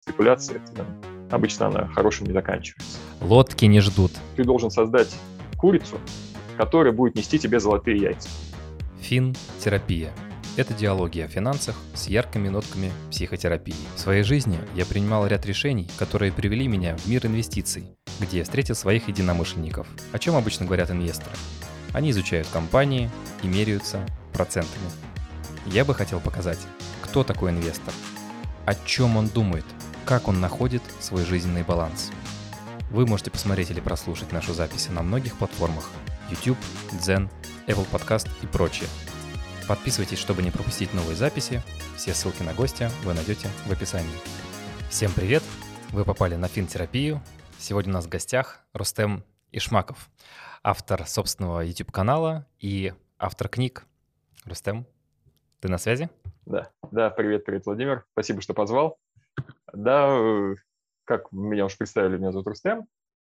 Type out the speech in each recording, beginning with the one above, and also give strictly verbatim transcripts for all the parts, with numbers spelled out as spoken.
спекуляция, это, обычно она хорошим не заканчивается. Лодки не ждут. Ты должен создать курицу, которая будет нести тебе золотые яйца. Финтерапия. Это диалоги о финансах с яркими нотками психотерапии. В своей жизни я принимал ряд решений, которые привели меня в мир инвестиций, где я встретил своих единомышленников. О чем обычно говорят инвесторы? Они изучают компании и меряются процентами. Я бы хотел показать, кто такой инвестор, о чем он думает, как он находит свой жизненный баланс. Вы можете посмотреть или прослушать нашу запись на многих платформах: YouTube, Дзен, Apple Podcast и прочее. Подписывайтесь, чтобы не пропустить новые записи. Все ссылки на гостя вы найдете в описании. Всем привет! Вы попали на Финтерапию. Сегодня у нас в гостях Рустем Ишмаков, автор собственного YouTube-канала и автор книг. Рустем, ты на связи? Да, да, привет, привет, Владимир. Спасибо, что позвал. Да, как меня уже представили, меня зовут Рустем.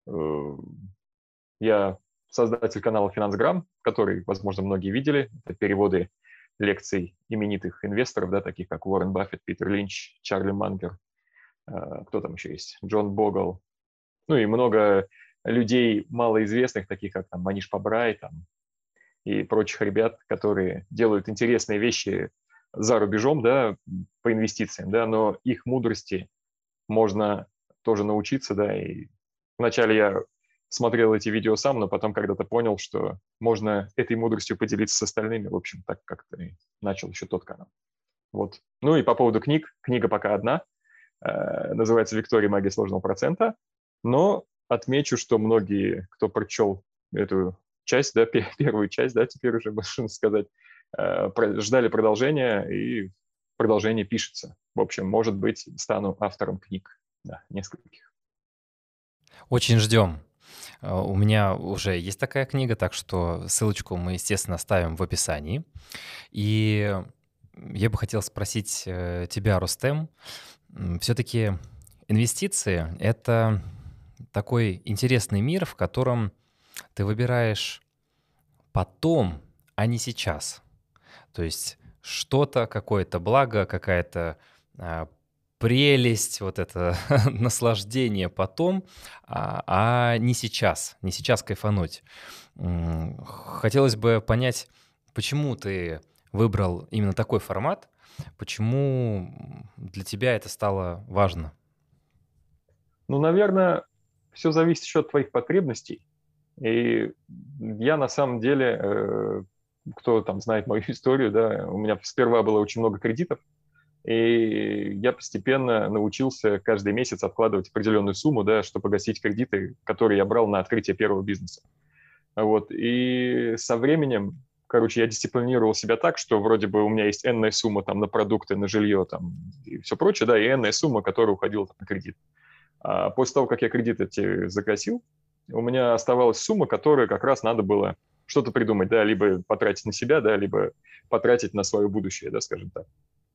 Я создатель канала «Финансграм», который, возможно, многие видели. Это переводы лекций именитых инвесторов, да, таких как Уоррен Баффет, Питер Линч, Чарли Мангер, кто там еще есть, Джон Богл, ну и много людей малоизвестных, таких как там Маниш Пабрай там, и прочих ребят, которые делают интересные вещи за рубежом, да, по инвестициям, да, но их мудрости можно тоже научиться, да, и вначале я смотрел эти видео сам, но потом когда-то понял, что можно этой мудростью поделиться с остальными. В общем, так как-то и начал еще тот канал. Вот. Ну и по поводу книг. Книга пока одна. Э, называется «Виктория. Магия сложного процента». Но отмечу, что многие, кто прочел эту часть, да, первую часть, да, теперь уже можно сказать, э, ждали продолжения, и продолжение пишется. В общем, может быть, стану автором книг. Да, нескольких. Очень ждем. У меня уже есть такая книга, так что ссылочку мы, естественно, оставим в описании. И я бы хотел спросить тебя, Рустем, все-таки инвестиции — это такой интересный мир, в котором ты выбираешь потом, а не сейчас. То есть что-то, какое-то благо, какая-то прелесть, вот это наслаждение потом, а, а не сейчас, не сейчас кайфануть. Хотелось бы понять, почему ты выбрал именно такой формат, почему для тебя это стало важно? Ну, наверное, все зависит еще от твоих потребностей. И я на самом деле, кто там знает мою историю, да, у меня сперва было очень много кредитов, и я постепенно научился каждый месяц откладывать определенную сумму, да, чтобы погасить кредиты, которые я брал на открытие первого бизнеса. Вот. И со временем, короче, я дисциплинировал себя так, что вроде бы у меня есть энная сумма там на продукты, на жилье там, и все прочее, да, и энная сумма, которая уходила там, на кредит. А после того, как я кредиты эти загасил, у меня оставалась сумма, которую как раз надо было что-то придумать, да, либо потратить на себя, да, либо потратить на свое будущее, да, скажем так.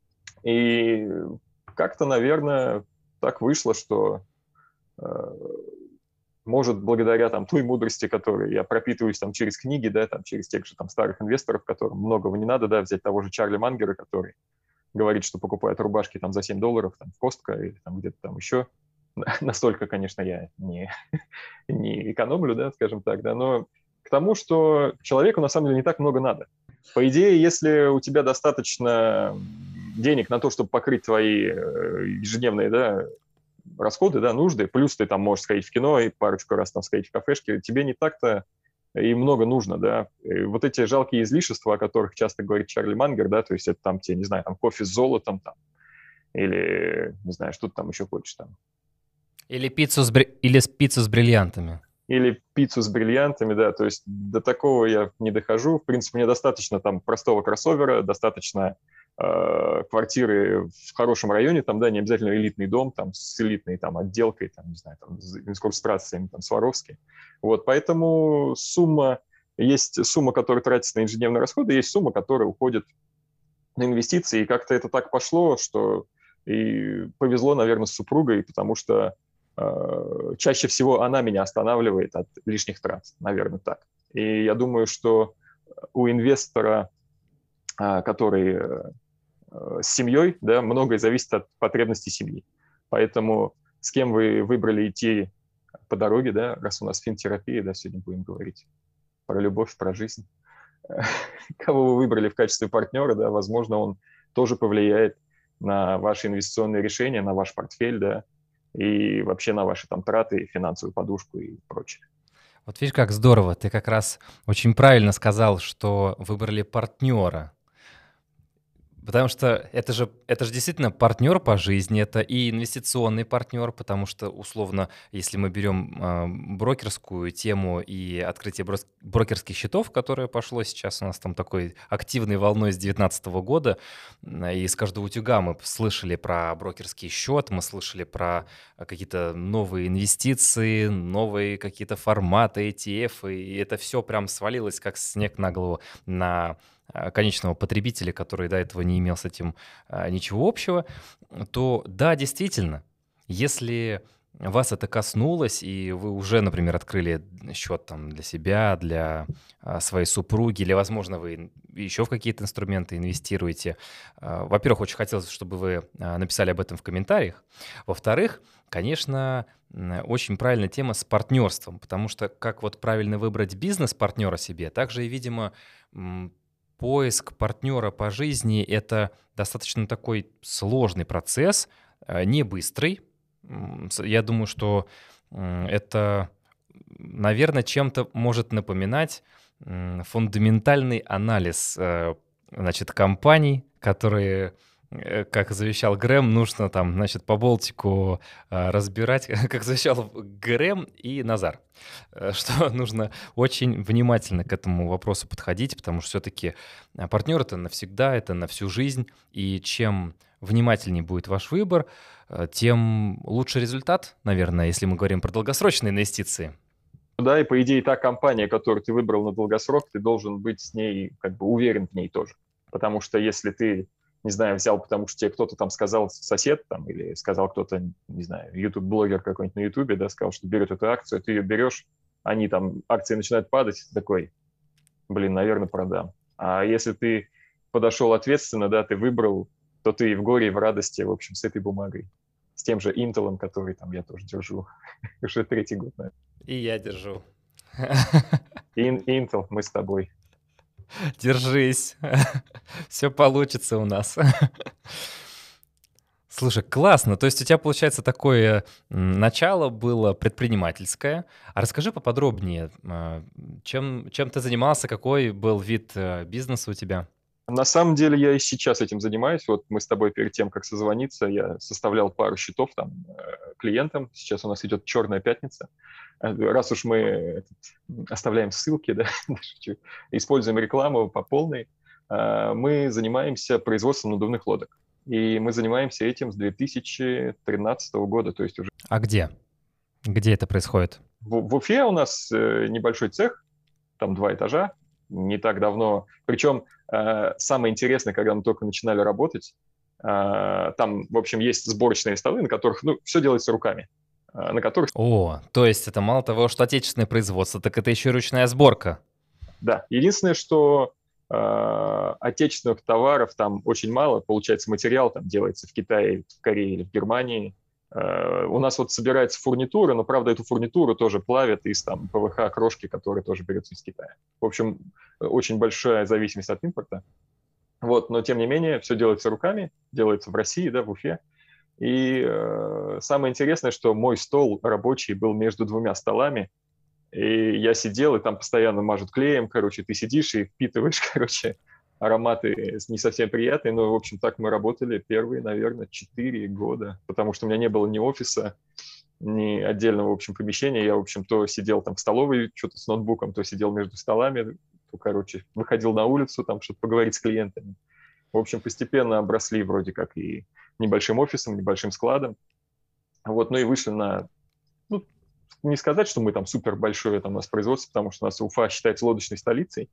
И как-то, наверное, так вышло, что, э, может, благодаря там той мудрости, которой я пропитываюсь там через книги, да, там через тех же там старых инвесторов, которым многого не надо, да, взять того же Чарли Мангера, который говорит, что покупает рубашки там за семь долларов там в Костко или там где-то там еще. Настолько, конечно, я не, не экономлю, да, скажем так, да, но к тому, что человеку на самом деле не так много надо. По идее, если у тебя достаточно денег на то, чтобы покрыть твои ежедневные, да, расходы, да, нужды, плюс ты там можешь сходить в кино и парочку раз там сходить в кафешки, тебе не так-то и много нужно, да. И вот эти жалкие излишества, о которых часто говорит Чарли Мангер, да, то есть это там тебе, не знаю, там кофе с золотом там, или, не знаю, что ты там еще хочешь там. Или пиццу с, бри... Или пиццу с бриллиантами. Или пиццу с бриллиантами, да, то есть до такого я не дохожу. В принципе, мне достаточно там простого кроссовера, достаточно э, квартиры в хорошем районе, там, да, не обязательно элитный дом, там, с элитной там отделкой, там, не знаю, там, с инкрустациями, там, Сваровски. Вот, поэтому сумма, есть сумма, которая тратится на ежедневные расходы, есть сумма, которая уходит на инвестиции, и как-то это так пошло, что и повезло, наверное, с супругой, потому что чаще всего она меня останавливает от лишних трат, наверное, так. И я думаю, что у инвестора, который с семьей, да, многое зависит от потребностей семьи. Поэтому с кем вы выбрали идти по дороге, да, раз у нас финтерапия, да, сегодня будем говорить про любовь, про жизнь. Кого вы выбрали в качестве партнера, да, возможно, он тоже повлияет на ваши инвестиционные решения, на ваш портфель, да, и вообще на ваши там траты, финансовую подушку и прочее. Вот видишь, как здорово. Ты как раз очень правильно сказал, что выбрали партнера. Потому что это же, это же действительно партнер по жизни, это и инвестиционный партнер, потому что, условно, если мы берем э, брокерскую тему и открытие брос- брокерских счетов, которое пошло сейчас у нас там такой активной волной с две тысячи девятнадцатого года, м, и с каждого утюга мы слышали про брокерский счет, мы слышали про э, какие-то новые инвестиции, новые какие-то форматы, и ти эф, и это все прям свалилось как снег на голову на а, конечного потребителя, который до этого не имел с этим а, ничего общего, то да, действительно, если вас это коснулось, и вы уже, например, открыли счет там для себя, для а, своей супруги, или, возможно, вы еще в какие-то инструменты инвестируете. а, Во-первых, очень хотелось, чтобы вы а, написали об этом в комментариях. Во-вторых, конечно, м, очень правильная тема с партнерством, потому что как вот правильно выбрать бизнес-партнера себе, также и, видимо, м, поиск партнера по жизни — это достаточно такой сложный процесс, э, не быстрый. М, с- Я думаю, что м, это, наверное, чем-то может напоминать м, фундаментальный анализ, э, значит, компаний, которые, э, как завещал Грэм, нужно там, значит, по болтику э, разбирать, как завещал Грэм и Назар, э, что нужно очень внимательно к этому вопросу подходить, потому что все-таки партнер — это навсегда, это на всю жизнь, и чем внимательнее будет ваш выбор, э, тем лучше результат, наверное, если мы говорим про долгосрочные инвестиции. Да, и по идее та компания, которую ты выбрал на долгосрок, ты должен быть с ней как бы уверен в ней тоже. Потому что если ты, не знаю, взял, потому что тебе кто-то там сказал, сосед там, или сказал кто-то, не знаю, YouTube-блогер какой-нибудь на YouTube, да, сказал, что берет эту акцию, ты ее берешь, они там, акции начинают падать, ты такой, блин, наверное, продам. А если ты подошел ответственно, да, ты выбрал, то ты и в горе, и в радости, в общем, с этой бумагой. С тем же Intel, который там я тоже держу уже третий год, наверное. И я держу. Ин- Intel, мы с тобой. Держись. Все получится у нас. Слушай, классно. То есть у тебя, получается, такое м, начало было предпринимательское. А расскажи поподробнее, а, чем, чем ты занимался, какой был вид э, бизнеса у тебя? На самом деле я и сейчас этим занимаюсь. Вот мы с тобой перед тем, как созвониться, я составлял пару счетов там э, клиентам. Сейчас у нас идет черная пятница. Э, Раз уж мы этот, оставляем ссылки, да, шучу, используем рекламу по полной, э, мы занимаемся производством надувных лодок. И мы занимаемся этим с две тысячи тринадцатого года, то есть уже А где? Где это происходит? в, в Уфе у нас э, небольшой цех, там два этажа, не так давно. Причем э, самое интересное, когда мы только начинали работать, э, там, в общем, есть сборочные столы, на которых, ну, все делается руками, э, на которых, О, то есть это мало того, что отечественное производство, так это еще и ручная сборка. да. Единственное, что э, отечественных товаров там очень мало, получается, материал там делается в Китае, в Корее или в Германии. Э, у нас вот собирается фурнитура, но, правда, эту фурнитуру тоже плавят из там ПВХ крошки, которая тоже берется из Китая. В общем, очень большая зависимость от импорта. Вот, но тем не менее, все делается руками, делается в России, да, в Уфе. И э, самое интересное, что мой стол рабочий был между двумя столами, и я сидел, и там постоянно мажут клеем, короче, ты сидишь и впитываешь, короче, ароматы не совсем приятные, но, в общем, так мы работали первые, наверное, четыре года, потому что у меня не было ни офиса, ни отдельного, в общем, помещения. Я, в общем, то сидел там в столовой что-то с ноутбуком, то сидел между столами, то, короче, выходил на улицу, там что-то поговорить с клиентами. В общем, постепенно обросли вроде как и небольшим офисом, небольшим складом. Вот, ну и вышли на, ну, не сказать, что мы там супер большое там у нас производство, потому что у нас Уфа считается лодочной столицей,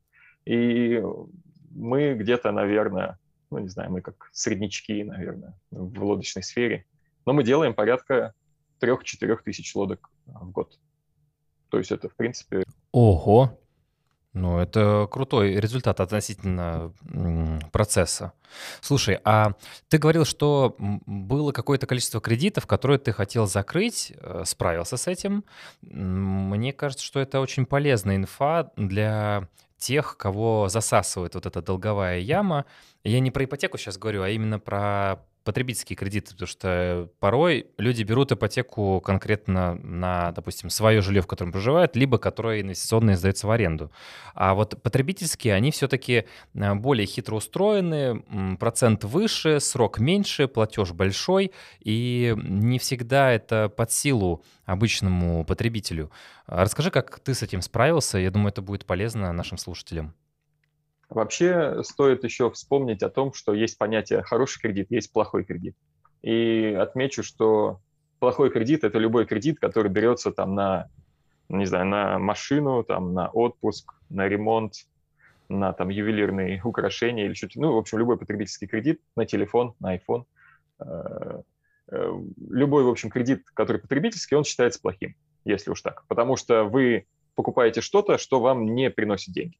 и мы где-то, наверное, ну не знаю, мы как среднячки, наверное, в лодочной сфере, но мы делаем порядка трех-четырех тысяч лодок в год. То есть это, в принципе, Ого, Ну, это крутой результат относительно м, процесса. Слушай, а ты говорил, что м, было какое-то количество кредитов, которые ты хотел закрыть, э, справился с этим. М, Мне кажется, что это очень полезная инфа для тех, кого засасывает вот эта долговая яма. Я не про ипотеку сейчас говорю, а именно про потребительские кредиты, потому что порой люди берут ипотеку конкретно на, допустим, свое жилье, в котором проживают, либо которое инвестиционно сдается в аренду. А вот потребительские, они все-таки э, более хитро устроены, м, процент выше, срок меньше, платеж большой, и не всегда это под силу обычному потребителю. А Расскажи, как ты с этим справился. Я думаю, это будет полезно нашим слушателям. Вообще стоит еще вспомнить о том, что есть понятие хороший кредит, есть плохой кредит. И отмечу, что плохой кредит – это любой кредит, который берется там на, не знаю, на машину, там, на отпуск, на ремонт, на там, ювелирные украшения или что-то. Ну, в общем, любой потребительский кредит на телефон, на iPhone. Э, э, Любой, в общем, кредит, который потребительский, он считается плохим, если уж так. Потому что вы покупаете что-то, что вам не приносит деньги.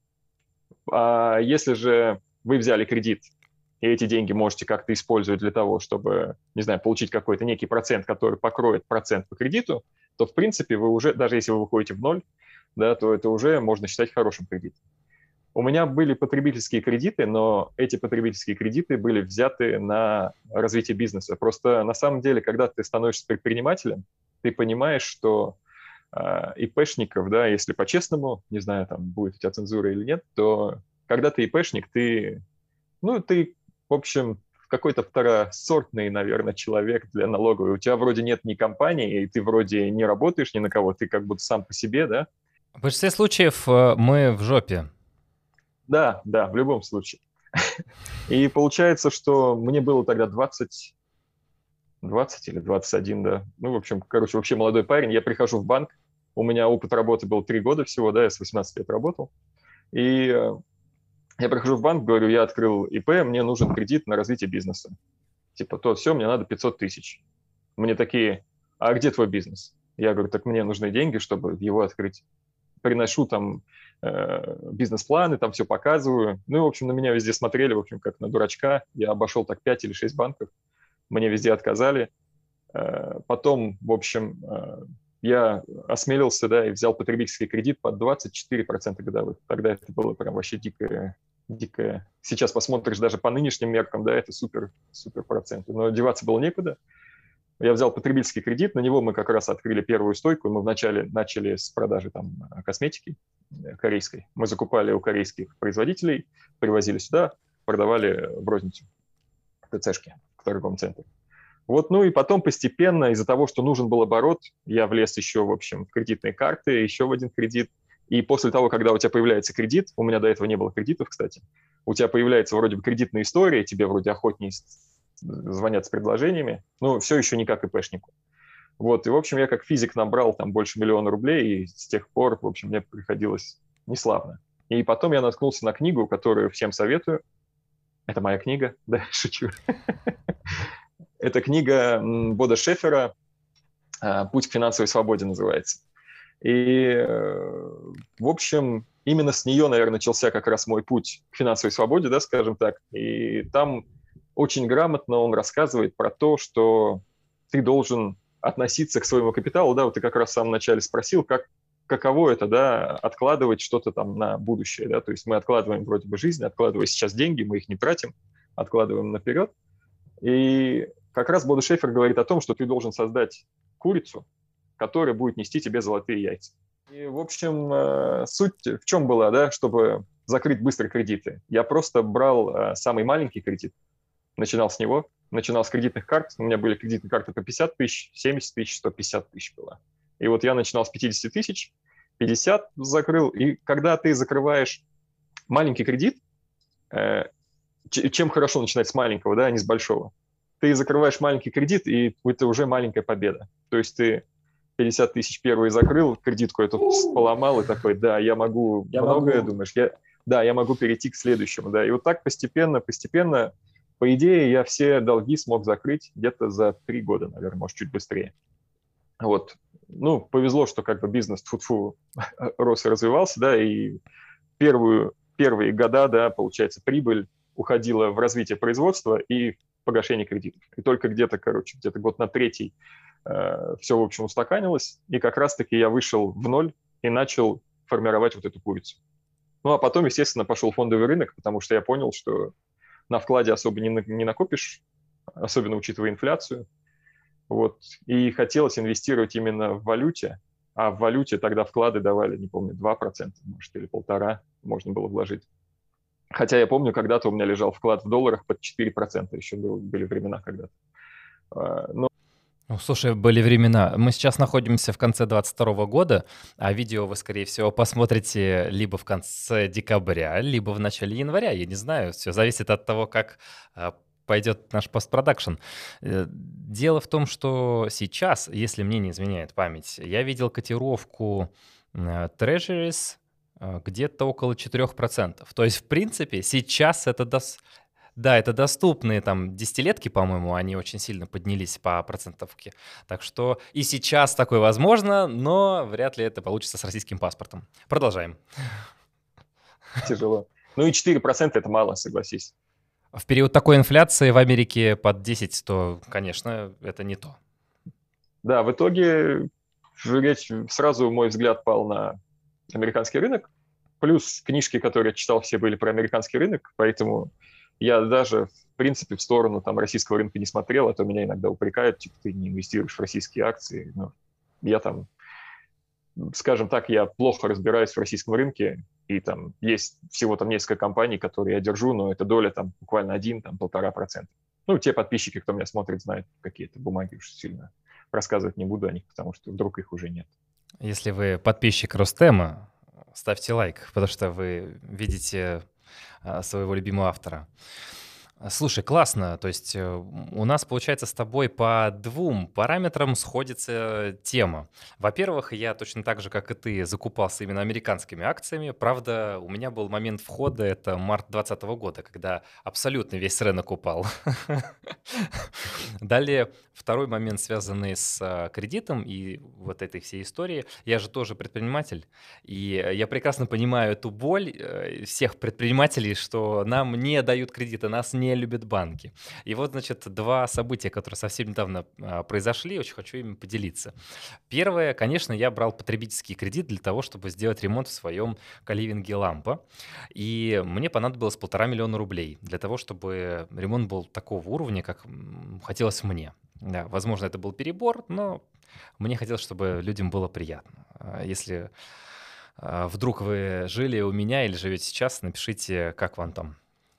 А если же вы взяли кредит, и эти деньги можете как-то использовать для того, чтобы, не знаю, получить какой-то некий процент, который покроет процент по кредиту, то, в принципе, вы уже, даже если вы выходите в ноль, да, то это уже можно считать хорошим кредитом. У меня были потребительские кредиты, но эти потребительские кредиты были взяты на развитие бизнеса. Просто на самом деле, когда ты становишься предпринимателем, ты понимаешь, что э, ИПшников, да, если по-честному, не знаю, там будет у тебя цензура или нет, то когда ты ИПшник, ты, ну, ты, в общем, какой-то второсортный, наверное, человек для налоговой. У тебя вроде нет ни компании, и ты вроде не работаешь ни на кого, ты как будто сам по себе, да? В большинстве случаев э, мы в жопе. Да, да, в любом случае. И получается, что мне было тогда двадцать, двадцать или двадцать один, да. Ну, в общем, короче, вообще молодой парень. Я прихожу в банк, у меня опыт работы был три года всего, да, я с восемнадцати лет работал. И э, я прихожу в банк, говорю, я открыл ИП, мне нужен кредит на развитие бизнеса. Типа, то все, мне надо пятьсот тысяч. Мне такие, а где твой бизнес? Я говорю, так мне нужны деньги, чтобы его открыть. Приношу там э, бизнес-планы, там все показываю. Ну, и, в общем, на меня везде смотрели, в общем, как на дурачка. Я обошел так пять или шесть банков, мне везде отказали. Э, потом, в общем, э, я осмелился, да, и взял потребительский кредит под двадцать четыре процента годовых. Тогда это было прям вообще дикое, дикое. Сейчас посмотришь даже по нынешним меркам, да, это супер, супер проценты. Но деваться было некуда. Я взял потребительский кредит, на него мы как раз открыли первую стойку. Мы вначале начали с продажи там косметики корейской. Мы закупали у корейских производителей, привозили сюда, продавали в розницу, в ТЦшке, в торговом центре. Вот, ну и потом постепенно, из-за того, что нужен был оборот, я влез еще, в общем, в кредитные карты, еще в один кредит. И после того, когда у тебя появляется кредит, у меня до этого не было кредитов, кстати, у тебя появляется вроде бы кредитная история, тебе вроде охотнее звонят с предложениями, но все еще не как ИПшнику. Вот, и, в общем, я как физик набрал там больше миллиона рублей, и с тех пор, в общем, мне приходилось неславно. И потом я наткнулся на книгу, которую всем советую. Это моя книга, да, шучу. Это книга Бода Шефера «Путь к финансовой свободе» называется. И, в общем, именно с нее, наверное, начался как раз мой путь к финансовой свободе, да, скажем так. И там очень грамотно он рассказывает про то, что ты должен относиться к своему капиталу. Да, вот ты как раз в самом начале спросил, как, каково это, да, откладывать что-то там на будущее. Да? То есть мы откладываем вроде бы жизнь, откладывая сейчас деньги, мы их не тратим, откладываем наперед. И как раз Бода Шефер говорит о том, что ты должен создать курицу, которая будет нести тебе золотые яйца. И, в общем, суть в чем была, да, чтобы закрыть быстро кредиты? Я просто брал самый маленький кредит, начинал с него, начинал с кредитных карт. У меня были кредитные карты по пятьдесят тысяч, семьдесят тысяч, сто пятьдесят тысяч было. И вот я начинал с пятьдесят тысяч, пятьдесят закрыл. И когда ты закрываешь маленький кредит, чем хорошо начинать с маленького, да, а не с большого? Ты закрываешь маленький кредит, и это уже маленькая победа. То есть ты пятьдесят тысяч первый закрыл, кредитку эту поломал, и такой, да, я могу, я многое, могу... думаешь, я, да, я могу перейти к следующему, да. И вот так постепенно, постепенно, по идее, я все долги смог закрыть где-то за три года, наверное, может, чуть быстрее. Вот. Ну, повезло, что как бы бизнес тьфу-тьфу рос и развивался, да, и первую, первые года, да, получается, прибыль уходила в развитие производства и погашение кредитов. И только где-то, короче, где-то год на третий э, все, в общем, устаканилось, и как раз-таки я вышел в ноль и начал формировать вот эту курицу. Ну, а потом, естественно, пошел фондовый рынок, потому что я понял, что на вкладе особо не, не накопишь, особенно учитывая инфляцию. Вот. И хотелось инвестировать именно в валюте, а в валюте тогда вклады давали, не помню, два процента, может, или полтора можно было вложить. Хотя я помню, когда-то у меня лежал вклад в долларах под четыре процента, еще был, были времена когда-то. Но Ну, слушай, были времена. Мы сейчас находимся в конце двадцать второго года, а видео вы, скорее всего, посмотрите либо в конце декабря, либо в начале января. Я не знаю, все зависит от того, как а, пойдет наш постпродакшн. Э, Дело в том, что сейчас, если мне не изменяет память, я видел котировку э, Treasuries э, где-то около четырех процентов. То есть, в принципе, сейчас это дос- да, это доступные там десятилетки, по-моему, они очень сильно поднялись по процентовке. Так что и сейчас такое возможно, но вряд ли это получится с российским паспортом. Продолжаем. тяжело. Ну и четыре процента это мало, согласись. В период такой инфляции в Америке под десять, то, конечно, это не то. Да, в итоге речь, сразу мой взгляд пал на американский рынок. Плюс книжки, которые я читал, все были про американский рынок, поэтому я даже, в принципе, в сторону там российского рынка не смотрел, а то меня иногда упрекают, типа, ты не инвестируешь в российские акции. Но я там, скажем так, я плохо разбираюсь в российском рынке, и там есть всего там несколько компаний, которые я держу, но эта доля там буквально один, там полтора процента. Ну, те подписчики, кто меня смотрит, знают какие-то бумаги, уж сильно рассказывать не буду о них, потому что вдруг их уже нет. Если вы подписчик Ростема, ставьте лайк, потому что вы видите а, своего любимого автора. Слушай, классно. То есть э, у нас, получается, с тобой по двум параметрам сходится тема. Во-первых, я точно так же, как и ты, закупался именно американскими акциями. Правда, у меня был момент входа, это март двадцатого года, когда абсолютно весь рынок упал. Далее, второй момент, связанный с а, кредитом и вот этой всей истории. Я же тоже предприниматель, и я прекрасно понимаю эту боль э, всех предпринимателей, что нам не дают кредиты, нас не любят банки. И вот, значит, два события, которые совсем недавно а, произошли, очень хочу ими поделиться. Первое, конечно, я брал потребительский кредит для того, чтобы сделать ремонт в своем каливинге лампа. И мне понадобилось полтора миллиона рублей для того, чтобы ремонт был такого уровня, как м, хотелось мне. Да, возможно, это был перебор, но мне хотелось, чтобы людям было приятно. А Если а, вдруг вы жили у меня или живете сейчас, напишите, как вам там.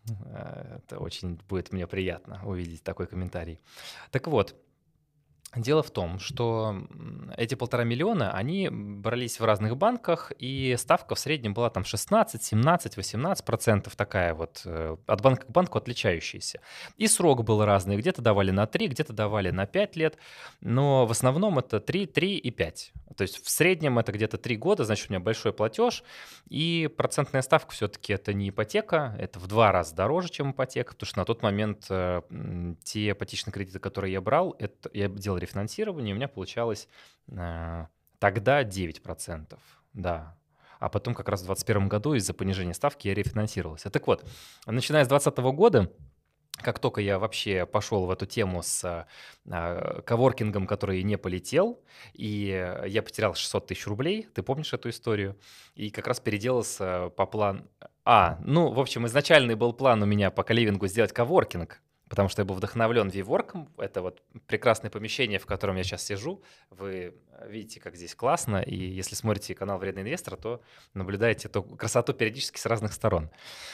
Э, Это очень будет мне приятно увидеть такой комментарий. Так вот, дело в том, что м, эти полтора миллиона, они брались в разных банках, и ставка в среднем была там шестнадцать, семнадцать, восемнадцать процентов такая вот, э, от банка к банку отличающаяся. И срок был разный, где-то давали на три, где-то давали на пять лет, но в основном это три, три и пять. То есть в среднем это где-то три года, значит, у меня большой платеж, и процентная ставка все-таки это не ипотека, это в два раза дороже, чем ипотека, потому что на тот момент э, м, те ипотечные кредиты, которые я брал, это я делал рефинансирование, у меня получалось э, тогда девять процентов, да. А потом как раз в двадцать первом году из-за понижения ставки я рефинансировался. Так вот, начиная с двадцатого года, как только я вообще пошел в эту тему с а, коворкингом, который не полетел, и э, я потерял шестьсот тысяч рублей, ты помнишь эту историю, и как раз переделался по плану... А, ну, в общем, изначальный был план у меня по каливингу сделать коворкинг, потому что я был вдохновлен виворком. Это вот прекрасное помещение, в котором я сейчас сижу. Вы видите, как здесь классно, и если смотрите канал «Вредный инвестор», то наблюдаете эту красоту периодически с разных сторон.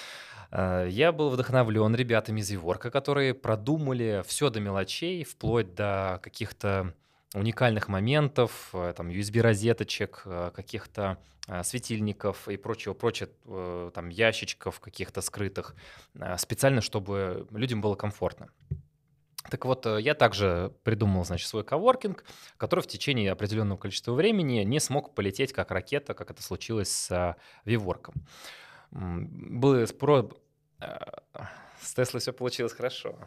Э, Я был вдохновлен ребятами из Виворка, которые продумали все до мелочей, вплоть до каких-то уникальных моментов, э, там, ю эс би-розеточек, э, каких-то э, светильников и прочего, прочее, э, там, ящичков каких-то скрытых, э, специально, чтобы людям было комфортно. Так вот, э, я также придумал, значит, свой коворкинг, который в течение определенного количества времени не смог полететь как ракета, как это случилось с э, Виворком. М, Было спро... э, С Теслой все получилось хорошо.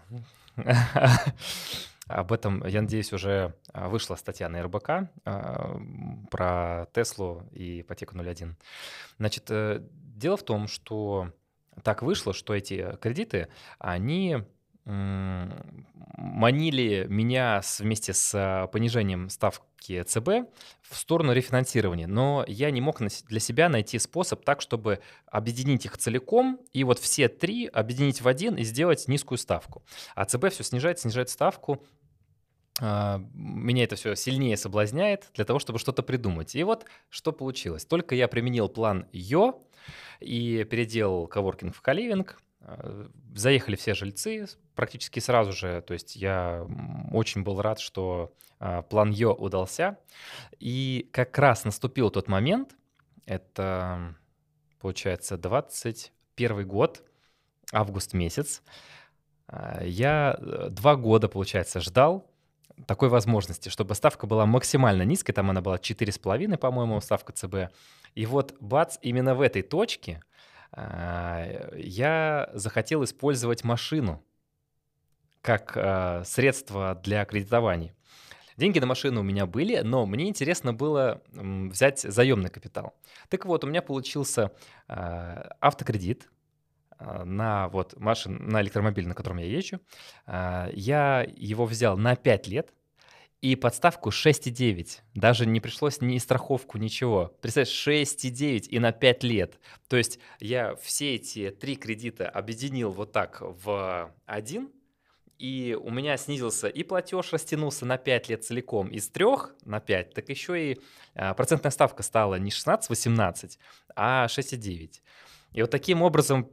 Об этом, я надеюсь, уже а, вышла статья на эр бэ ка а, м, про Теслу и ипотеку ноль один. Значит, э, Дело в том, что так вышло, что эти кредиты, они м, манили меня с- вместе с а, понижением ставки ЦБ в сторону рефинансирования, но я не мог на с- для себя найти способ так, чтобы объединить их целиком и вот все три объединить в один и сделать низкую ставку. А ЦБ все снижает, снижает ставку, а, меня это все сильнее соблазняет для того, чтобы что-то придумать. И вот что получилось. Только я применил план Йо и переделал коворкинг в коливинг. а, Заехали все жильцы с- практически сразу же. То есть я м, очень был рад, что а, план Йо удался. И как раз наступил тот момент, это, получается, двадцать первый год, август месяц. А, Я э, два года, получается, ждал такой возможности, чтобы ставка была максимально низкой, там она была четыре с половиной, по-моему, ставка ЦБ. И вот бац, именно в этой точке а, я захотел использовать машину как а, средство для кредитования. Деньги на машину у меня были, но мне интересно было м, взять заемный капитал. Так вот, у меня получился а, автокредит а, на вот машин, на электромобиль, на котором я езжу. А, Я его взял на пять лет, и подставку шесть и девять. Даже не пришлось ни страховку, ничего. Представляешь, шесть и девять и на пять лет. То есть я все эти три кредита объединил вот так в один, и у меня снизился и платеж растянулся на пять лет целиком из трех на пять, так еще и а, процентная ставка стала не шестнадцать восемнадцать, а шесть и девять. И вот таким образом.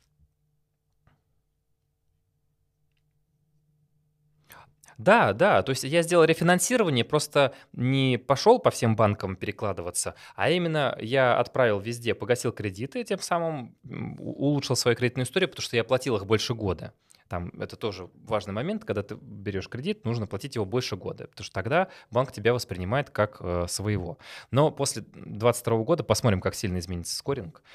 Да, да, то есть я сделал рефинансирование, просто не пошел по всем банкам перекладываться, а именно я отправил везде, погасил кредиты, тем самым м, у- улучшил свою кредитную историю, потому что я платил их больше года. Там это тоже важный момент, когда ты берешь кредит, нужно платить его больше года, потому что тогда банк тебя воспринимает как э, своего. Но после двадцать второго года посмотрим, как сильно изменится скоринг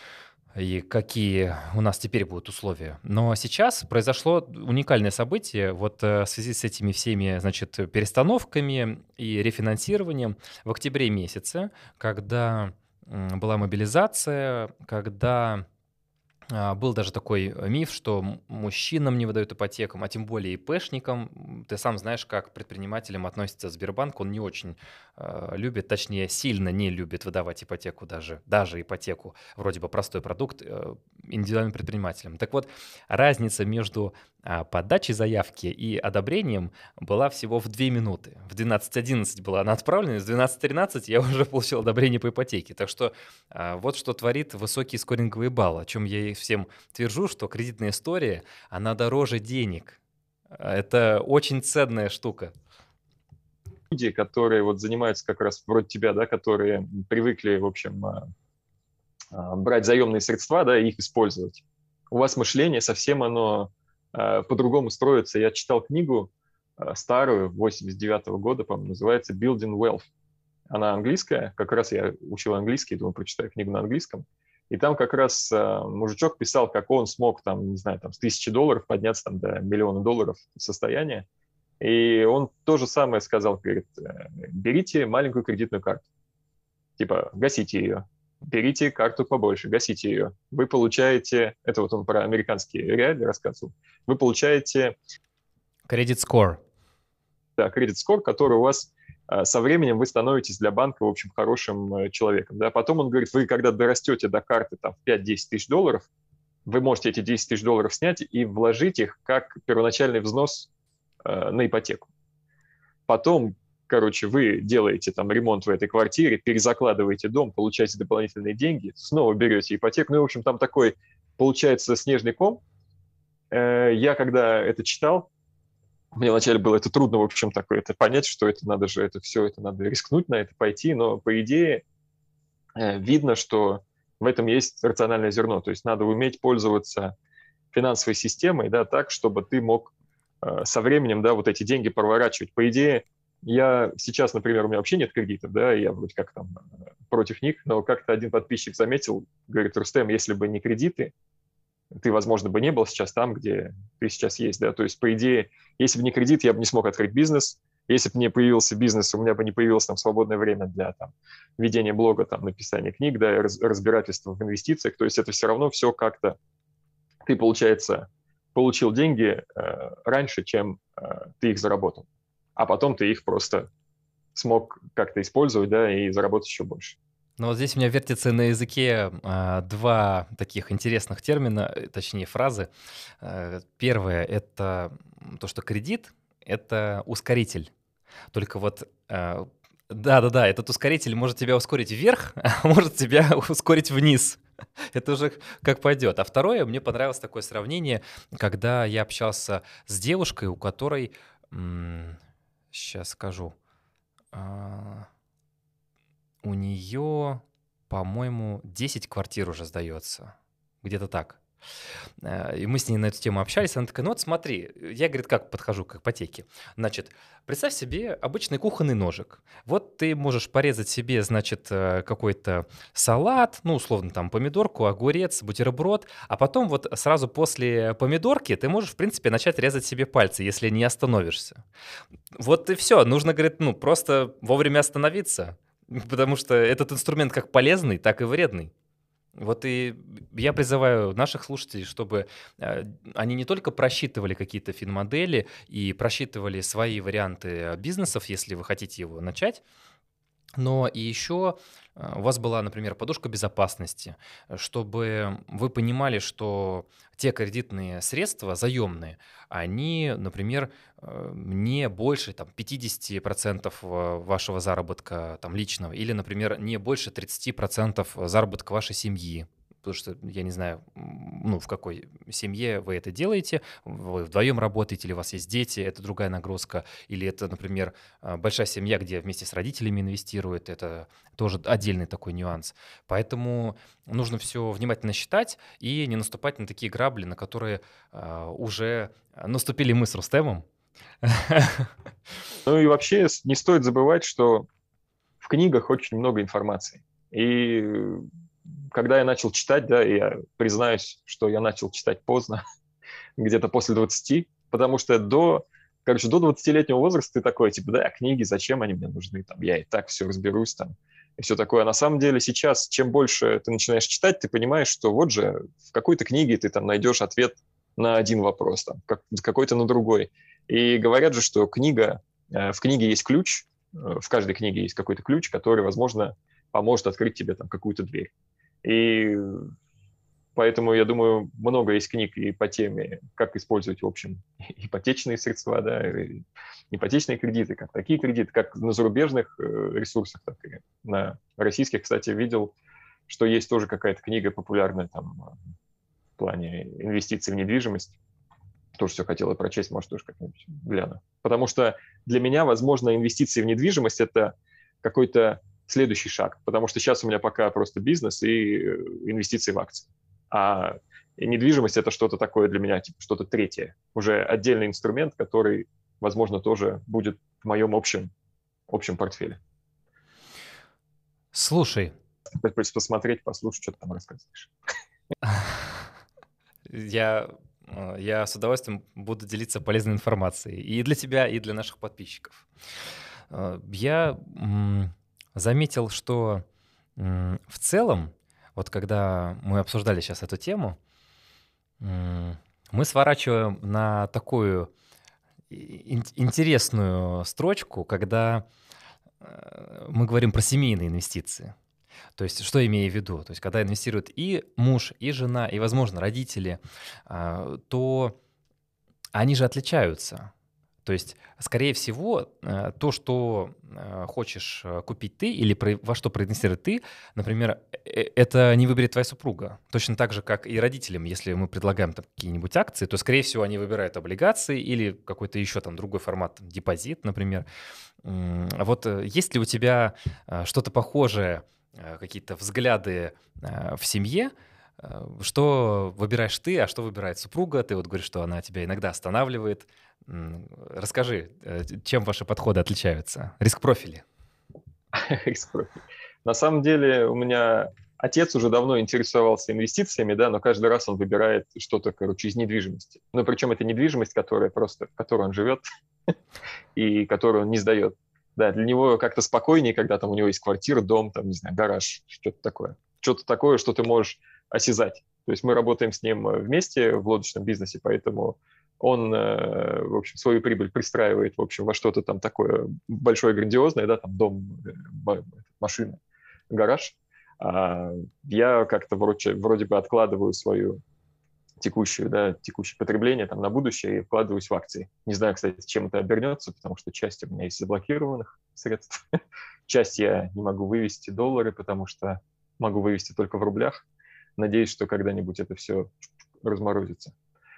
и какие у нас теперь будут условия. Но сейчас произошло уникальное событие. Вот э, в связи с этими всеми, значит, перестановками и рефинансированием в октябре месяце, когда м, была мобилизация, когда а, был даже такой э, миф, что м- мужчинам не выдают ипотекам, а тем более ИПшникам. М, Ты сам знаешь, как к предпринимателям относится Сбербанк. Он не очень э, любит, точнее, сильно не любит выдавать ипотеку даже, даже ипотеку, вроде бы простой продукт, э, индивидуальным предпринимателям. Так вот, разница между а, подачей заявки и одобрением была всего в две минуты. В двенадцать одиннадцать была она отправлена, в двенадцать тринадцать я уже получил одобрение по ипотеке. Так что а, вот что творит высокий скоринговый балл, о чем я и всем твержу, что кредитная история, она дороже денег. А, Это очень ценная штука. Люди, которые вот занимаются как раз вроде тебя, да, которые привыкли, в общем, а, а, брать заемные средства, да, и их использовать. У вас мышление совсем оно а, по-другому строится. Я читал книгу а, старую, восемьдесят девятого года, по-моему, называется «Building Wealth». Она английская, как раз я учил английский, думаю, прочитаю книгу на английском. И там как раз а, мужичок писал, как он смог, там, не знаю, там, с тысячи долларов подняться там, до миллиона долларов состояния. И он то же самое сказал, говорит, э, берите маленькую кредитную карту, типа гасите ее, берите карту побольше, гасите ее. Вы получаете, это вот он про американские реалии рассказывал, вы получаете Credit score. да, кредит-скор, который у вас а, со временем вы становитесь для банка, в общем, хорошим э, человеком. Да? Потом он говорит, вы когда дорастете до карты там, в пять-десять тысяч долларов, вы можете эти десять тысяч долларов снять и вложить их как первоначальный взнос э, на ипотеку. Потом, короче, вы делаете там ремонт в этой квартире, перезакладываете дом, получаете дополнительные деньги, снова берете ипотеку. Ну, в общем, там такой получается снежный ком. Э, Я когда это читал, мне вначале было это трудно, в общем, такое, это понять, что это надо же, это все, это надо рискнуть на это пойти, но по идее э, видно, что в этом есть рациональное зерно, то есть надо уметь пользоваться финансовой системой, да, так, чтобы ты мог э, со временем, да, вот эти деньги проворачивать. По идее, я сейчас, например, у меня вообще нет кредитов, да, я вроде как там э, против них, но как-то один подписчик заметил, говорит, Рустем, если бы не кредиты, ты, возможно, бы не был сейчас там, где ты сейчас есть, да, то есть, по идее, если бы не кредит, я бы не смог открыть бизнес, Если бы не появился бизнес, у меня бы не появилось там свободное время для там, ведения блога, там, написания книг, да, и раз, разбирательства в инвестициях. То есть это все равно все как-то... Ты, получается, получил деньги э, раньше, чем э, ты их заработал. А потом ты их просто смог как-то использовать, да, и заработать еще больше. Ну вот здесь у меня вертится на языке а, два таких интересных термина, э, точнее фразы. Э, Первое — это то, что кредит — это ускоритель. Только вот э, да-да-да, этот ускоритель может тебя ускорить вверх, а может тебя ускорить вниз. Это уже как пойдет. А второе, мне понравилось такое сравнение, когда я общался с девушкой, у которой, сейчас скажу, а, у нее, по-моему, десять квартир уже сдается. Где-то так. Э, И мы с ней на эту тему общались. Она такая, ну вот смотри, я, говорит, как подхожу к ипотеке. Значит, представь себе обычный кухонный ножик. Вот ты можешь порезать себе, значит, э, какой-то салат, ну, условно, там, помидорку, огурец, бутерброд, а потом вот сразу после помидорки ты можешь, в принципе, начать резать себе пальцы, если не остановишься. Вот и все. Нужно, говорит, ну, просто вовремя остановиться, потому что этот инструмент как полезный, так и вредный. Вот и я призываю наших слушателей, чтобы э, они не только просчитывали какие-то финмодели и просчитывали свои варианты э, бизнесов, если вы хотите его начать, но и еще э, у вас была, например, подушка безопасности, э, чтобы вы понимали, что те кредитные средства заемные, они, например, э, не больше там, пятьдесят процентов э, вашего заработка там, личного или, например, не больше тридцать процентов заработка вашей семьи. Потому что я не знаю, м, ну, в какой семье вы это делаете, вы вдвоем работаете, или у вас есть дети, это другая нагрузка, или это, например, а, большая семья, где вместе с родителями инвестируют, это тоже отдельный такой нюанс. Поэтому нужно все внимательно считать и не наступать на такие грабли, на которые а, уже наступили мы с Рустемом. Ну и вообще с- не стоит забывать, что в книгах очень много информации. И э, когда я начал читать, да, я признаюсь, что я начал читать поздно, где-то после двадцати, потому что до, короче, до двадцатилетнего возраста ты такой, типа, да, книги, зачем они мне нужны, там, я и так все разберусь, там, и все такое. А на самом деле сейчас, чем больше ты начинаешь читать, ты понимаешь, что вот же в какой-то книге ты там найдешь ответ на один вопрос, там, как, какой-то на другой. И говорят же, что книга, э, в книге есть ключ, э, в каждой книге есть какой-то ключ, который, возможно, поможет открыть тебе там какую-то дверь. И поэтому, я думаю, много есть книг и по теме, как использовать, в общем, ипотечные средства, да, и ипотечные кредиты, как такие кредиты, как на зарубежных э, ресурсах, так и на российских. Кстати, видел, что есть тоже какая-то книга популярная там в плане инвестиций в недвижимость. Тоже все хотел и прочесть, может, тоже как-нибудь гляну. Потому что для меня, возможно, инвестиции в недвижимость – это какой-то следующий шаг, потому что сейчас у меня пока просто бизнес и э, инвестиции в акции. А недвижимость – это что-то такое для меня, типа что-то третье, уже отдельный инструмент, который, возможно, тоже будет в моем общем, общем портфеле. Слушай, То есть посмотреть, послушать, что ты там рассказываешь. я, э, я с удовольствием буду делиться полезной информацией и для тебя, и для наших подписчиков. Э, Я м, заметил, что м, в целом, вот когда мы обсуждали сейчас эту тему, м, мы сворачиваем на такую и- ин- интересную строчку, когда э, мы говорим про семейные инвестиции. То есть, что имею в виду? То есть, когда инвестируют и муж, и жена, и, возможно, родители, а, то они же отличаются. То есть, скорее всего, э, то, что э, хочешь э, купить ты или про- во что проинвестировать ты, например, э, это не выберет твоя супруга. Точно так же, как и родителям, если мы предлагаем там какие-нибудь акции, то, скорее всего, они выбирают облигации или какой-то еще там другой формат, там, депозит, например. М, а Вот э, есть ли у тебя э, что-то похожее, э, какие-то взгляды э, в семье, э, что выбираешь ты, а что выбирает супруга? Ты вот говоришь, что она тебя иногда останавливает. М, Расскажи, э, чем ваши подходы отличаются? Риск-профили. Риск-профиль. На самом деле у меня отец уже давно интересовался инвестициями, да, но каждый раз он выбирает что-то, короче, из недвижимости. Ну, причем это недвижимость, которая просто, в которой он живет и которую он не сдает. Да, для него как-то спокойнее, когда там у него есть квартира, дом, там, не знаю, гараж, что-то такое. Что-то такое, что ты можешь осязать. То есть мы работаем с ним вместе в лодочном бизнесе, поэтому он, в общем, свою прибыль пристраивает, в общем, во что-то там такое большое, грандиозное, да, там дом, машина, гараж. А я как-то вроде, вроде бы откладываю свою текущую, да, текущее потребление там на будущее и вкладываюсь в акции. Не знаю, кстати, чем это обернется, потому что часть у меня есть заблокированных средств, часть я не могу вывести доллары, потому что могу вывести только в рублях. Надеюсь, что когда-нибудь это все разморозится.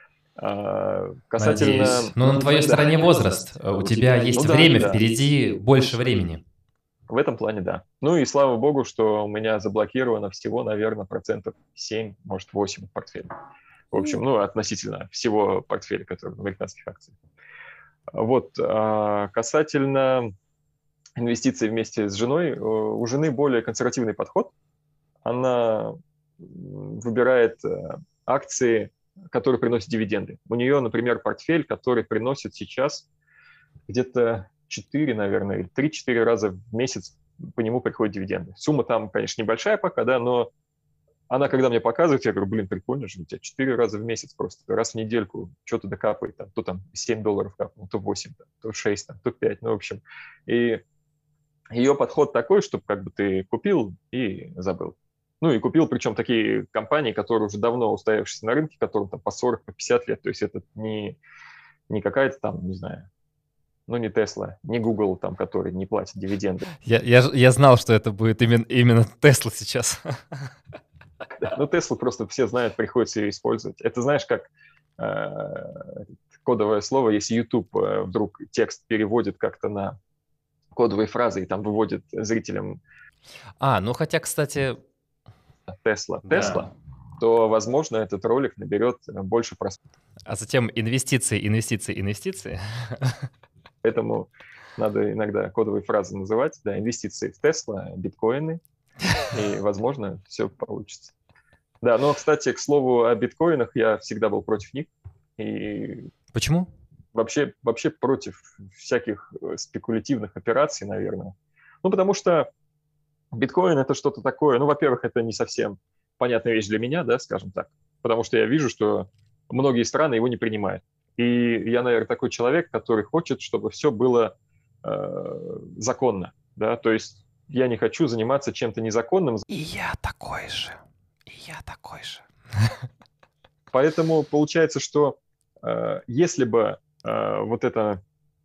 А, касательно... Надеюсь. Но на твоей стороне возраст. У тебя есть ну, время, да, впереди да. больше времени. В этом плане, да. Ну и слава богу, что у меня заблокировано всего, наверное, процентов семь, может, восемь в портфеле. В общем, ну, относительно всего портфеля, который в американских акциях. Вот. А касательно инвестиций вместе с женой, у жены более консервативный подход. Она выбирает акции, которые приносят дивиденды. У нее, например, портфель, который приносит сейчас где-то четыре, наверное, или три-четыре раза в месяц по нему приходят дивиденды. Сумма там, конечно, небольшая пока, да, но она, когда мне показывает, я говорю, блин, прикольно же, у тебя четыре раза в месяц просто, раз в недельку что-то докапает, там, то там семь долларов капнул, то восемь, там, то шесть, там, то пять, ну, в общем. И ее подход такой, чтобы как бы ты купил и забыл. Ну, и купил, причем такие компании, которые уже давно устоявшиеся на рынке, которым там по сорок, по пятьдесят лет, то есть это не, не какая-то там, не знаю, ну, не Tesla, не Google, там, который не платит дивиденды. Я, я, я знал, что это будет именно, именно Tesla сейчас. Да, ну, Tesla просто все знают, приходится ее использовать. Это, знаешь, как э, кодовое слово, если YouTube э, вдруг текст переводит как-то на кодовые фразы и там выводит зрителям... А, ну хотя, кстати... Tesla, да. Tesla, то, возможно, этот ролик наберет больше просмотров. А затем инвестиции, инвестиции, инвестиции. Поэтому надо иногда кодовые фразы называть. Да, инвестиции в Tesla, биткоины, и, возможно, все получится. Да, но, кстати, к слову о биткоинах, я всегда был против них. И почему? Вообще, вообще против всяких спекулятивных операций, наверное. Ну, потому что биткоин — это что-то такое, ну, во-первых, это не совсем понятная вещь для меня, да, скажем так, потому что я вижу, что многие страны его не принимают. И я, наверное, такой человек, который хочет, чтобы все было э, законно, да, то есть я не хочу заниматься чем-то незаконным. И я такой же, и я такой же. Поэтому получается, что э, если бы э, вот эта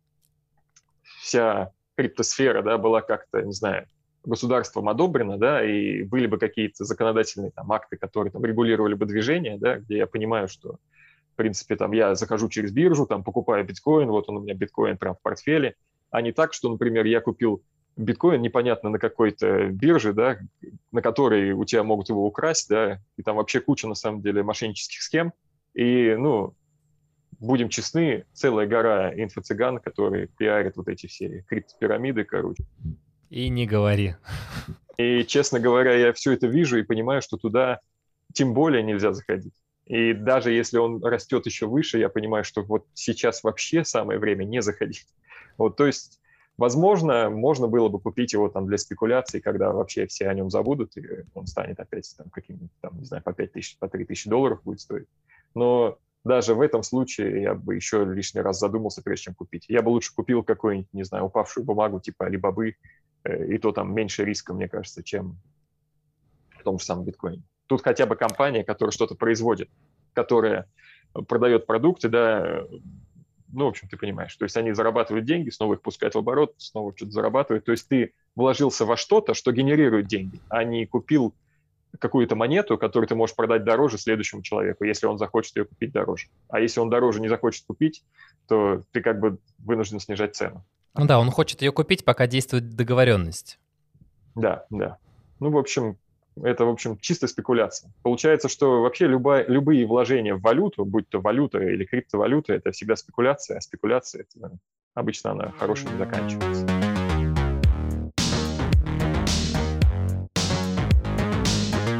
вся криптосфера, да, была как-то, не знаю, государством одобрено, да, и были бы какие-то законодательные там акты, которые там регулировали бы движение, да, где я понимаю, что, в принципе, там я захожу через биржу, там покупаю биткоин, вот он у меня биткоин прям в портфеле, а не так, что, например, я купил биткоин непонятно на какой-то бирже, да, на которой у тебя могут его украсть, да, и там вообще куча, на самом деле, мошеннических схем, и, ну, будем честны, целая гора инфо-цыган, которые пиарят вот эти все криптопирамиды, короче. И не говори. И, честно говоря, я все это вижу и понимаю, что туда тем более нельзя заходить. И даже если он растет еще выше, я понимаю, что вот сейчас вообще самое время не заходить. Вот, то есть, возможно, можно было бы купить его там для спекуляций, когда вообще все о нем забудут, и он станет опять там каким-нибудь, там, не знаю, по пять тысяч, по три тысячи долларов будет стоить. Но даже в этом случае я бы еще лишний раз задумался, прежде чем купить. Я бы лучше купил какую-нибудь, не знаю, упавшую бумагу типа Алибабы, и то там меньше риска, мне кажется, чем в том же самом биткоине. Тут хотя бы компания, которая что-то производит, которая продает продукты, да, ну, в общем, ты понимаешь, то есть они зарабатывают деньги, снова их пускают в оборот, снова что-то зарабатывают, то есть ты вложился во что-то, что генерирует деньги, а не купил какую-то монету, которую ты можешь продать дороже следующему человеку, если он захочет ее купить дороже. А если он дороже не захочет купить, то ты как бы вынужден снижать цену. Ну да, он хочет ее купить, пока действует договоренность. Да, да. Ну, в общем, это, в общем, чистая спекуляция. Получается, что вообще любая, любые вложения в валюту, будь то валюта или криптовалюта, это всегда спекуляция, а спекуляция, это, обычно она хорошей не заканчивается.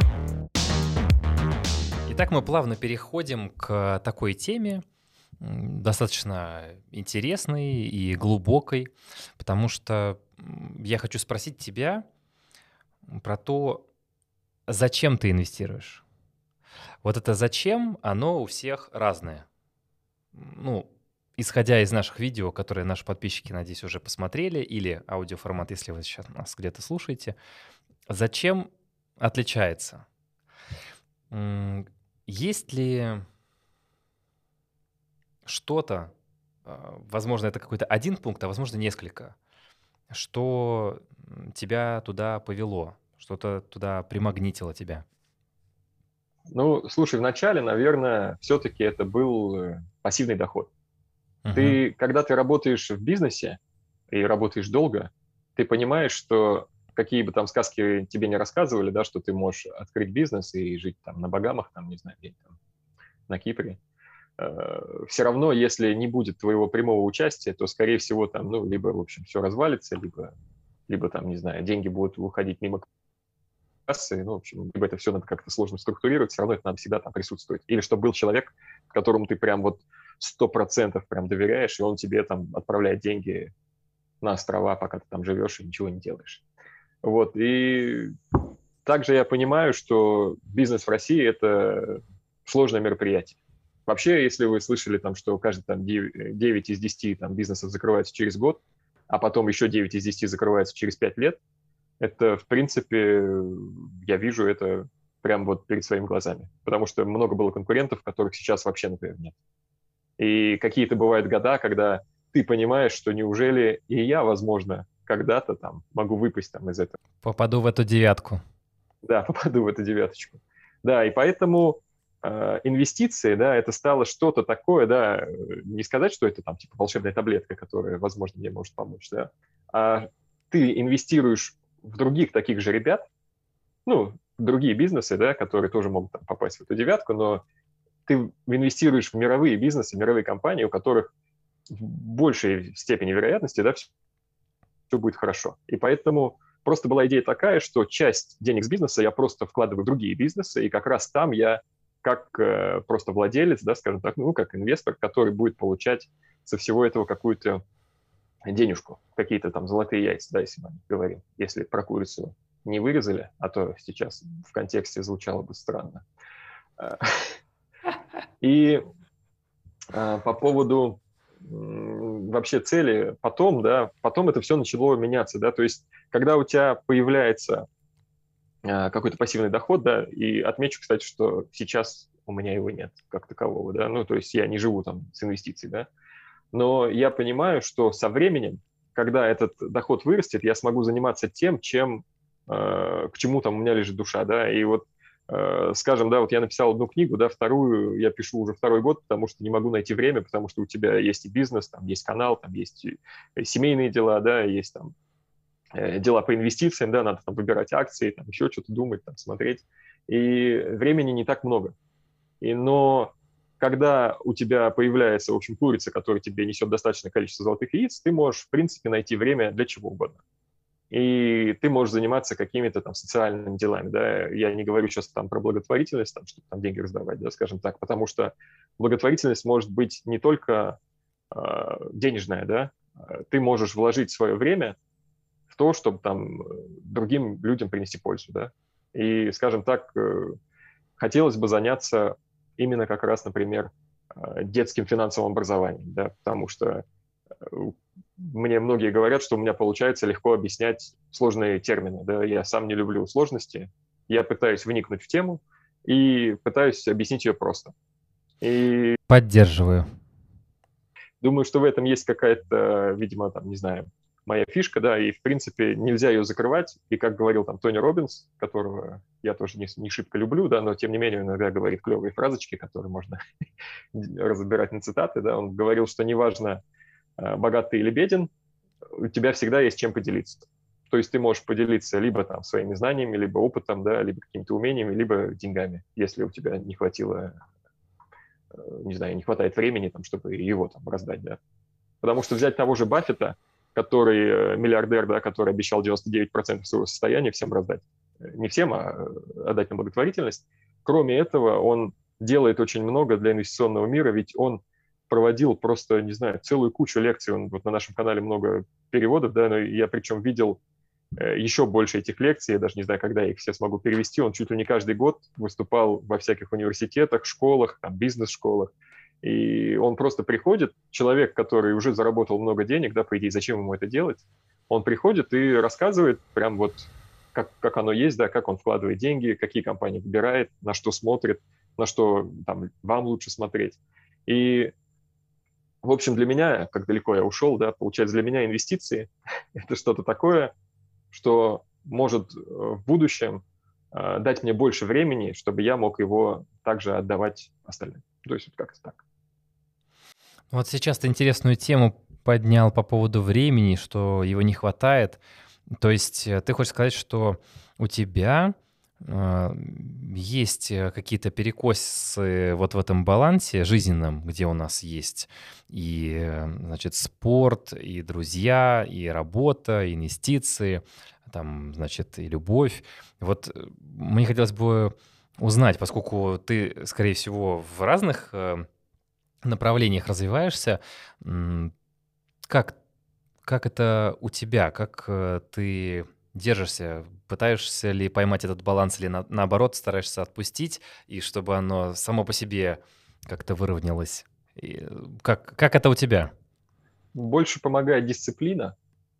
Итак, мы плавно переходим к такой теме, м, достаточно интересной и глубокой, потому что м, я хочу спросить тебя про то, зачем ты инвестируешь. Вот это зачем, оно у всех разное. Ну, исходя из наших видео, которые наши подписчики, надеюсь, уже посмотрели, или аудиоформат, если вы сейчас нас где-то слушаете, зачем отличается? М, Есть ли что-то, а, возможно, это какой-то один пункт, а возможно, несколько, что м, тебя туда повело, что-то туда примагнитило тебя? Ну, слушай, вначале, наверное, все-таки это был э, пассивный доход. Мгм. Ты, когда ты работаешь в бизнесе и работаешь долго, ты понимаешь, что какие бы там сказки тебе не рассказывали, да, что ты можешь открыть бизнес и жить там на Багамах, там, не знаю, где там, на Кипре, все равно, если не будет твоего прямого участия, то, скорее всего, там, ну, либо, в общем, все развалится, либо, либо там, не знаю, деньги будут выходить мимо кассы, ну, в общем, либо это все надо как-то сложно структурировать, все равно это надо всегда там присутствовать. Или чтобы был человек, которому ты прям вот сто процентов прям доверяешь, и он тебе там отправляет деньги на острова, пока ты там живешь и ничего не делаешь. Вот, и также я понимаю, что бизнес в России – это сложное мероприятие. Вообще, если вы слышали, там, что каждый там, девять из десяти там, бизнесов закрывается через год, а потом еще девять из десяти закрывается через пять лет, это, в принципе, я вижу это прямо вот перед своими глазами. Потому что много было конкурентов, которых сейчас вообще, например, нет. И какие-то бывают года, когда ты понимаешь, что неужели и я, возможно, когда-то там могу выпасть там из этого. Попаду в эту девятку. Да, попаду в эту девяточку. Да, и поэтому э, инвестиции, да, это стало что-то такое, да, э, не сказать, что это там типа волшебная таблетка, которая, возможно, мне может помочь, да, а ты инвестируешь в других таких же ребят, ну, в другие бизнесы, да, которые тоже могут там попасть в эту девятку, но ты инвестируешь в мировые бизнесы, мировые компании, у которых в большей степени вероятности, да, все, все будет хорошо. И поэтому просто была идея такая, что часть денег с бизнеса я просто вкладываю в другие бизнесы, и как раз там я как э, просто владелец, да, скажем так, ну, как инвестор, который будет получать со всего этого какую-то денежку, какие-то там золотые яйца, да, если мы говорим, если про курицу не вырезали, а то сейчас в контексте звучало бы странно. И а, по поводу м, вообще цели потом, да, потом это все начало меняться, да, то есть когда у тебя появляется а, какой-то пассивный доход, да, и отмечу, кстати, что сейчас у меня его нет как такового, да, ну, то есть я не живу там с инвестиций, да, но я понимаю, что со временем, когда этот доход вырастет, я смогу заниматься тем, чем, э, к чему там у меня лежит душа, да, и вот, э, скажем, да, вот я написал одну книгу, да, вторую я пишу уже второй год, потому что не могу найти время, потому что у тебя есть и бизнес, там есть канал, там есть и семейные дела, да, есть там э, дела по инвестициям, да, надо там выбирать акции, там еще что-то думать, там смотреть, и времени не так много. И, но когда у тебя появляется, в общем, курица, которая тебе несет достаточное количество золотых яиц, ты можешь, в принципе, найти время для чего угодно. И ты можешь заниматься какими-то там социальными делами, да. Я не говорю сейчас там про благотворительность, там, чтобы там деньги раздавать, да, скажем так, потому что благотворительность может быть не только э, денежная, да. Ты можешь вложить свое время в то, чтобы там другим людям принести пользу, да. И, скажем так, хотелось бы заняться именно как раз, например, детским финансовым образованием, да, потому что мне многие говорят, что у меня получается легко объяснять сложные термины, да, я сам не люблю сложности, я пытаюсь вникнуть в тему и пытаюсь объяснить ее просто. И Поддерживаю. думаю, что в этом есть какая-то, видимо, там, не знаю, моя фишка, да, и, в принципе, нельзя ее закрывать. И, как говорил там Тони Роббинс, которого я тоже не, не шибко люблю, да, но, тем не менее, иногда говорит клевые фразочки, которые можно разбирать на цитаты, да, он говорил, что неважно, богат ты или беден, у тебя всегда есть чем поделиться. То есть ты можешь поделиться либо там своими знаниями, либо опытом, да, либо какими-то умениями, либо деньгами, если у тебя не хватило, не знаю, не хватает времени, там, чтобы его там раздать, да. Потому что взять того же Баффета, который миллиардер, да, который обещал девяносто девять процентов своего состояния всем раздать, не всем, а отдать на благотворительность, кроме этого, он делает очень много для инвестиционного мира, ведь он проводил просто, не знаю, целую кучу лекций. Он, вот на нашем канале много переводов, да, но я причем видел еще больше этих лекций, я даже не знаю, когда я их все смогу перевести. Он чуть ли не каждый год выступал во всяких университетах, школах, там, бизнес-школах. И он просто приходит, человек, который уже заработал много денег, да, по идее, зачем ему это делать? Он приходит и рассказывает прям вот, как, как оно есть, да, как он вкладывает деньги, какие компании выбирает, на что смотрит, на что там вам лучше смотреть. И, в общем, для меня, как далеко я ушел, да, получается, для меня инвестиции – это что-то такое, что может в будущем э, дать мне больше времени, чтобы я мог его также отдавать остальным. То есть вот как-то так. Вот сейчас ты интересную тему поднял по поводу времени, что его не хватает. То есть ты хочешь сказать, что у тебя э, есть какие-то перекосы вот в этом балансе жизненном, где у нас есть и, значит, спорт, и друзья, и работа, и инвестиции, там, значит, и любовь. Вот мне хотелось бы узнать, поскольку ты, скорее всего, в разных э, направлениях развиваешься, м, как как это у тебя? Как э, ты держишься? Пытаешься ли поймать этот баланс или на- наоборот стараешься отпустить, и чтобы оно само по себе как-то выровнялось? И, э, как, как это у тебя? Больше помогает дисциплина.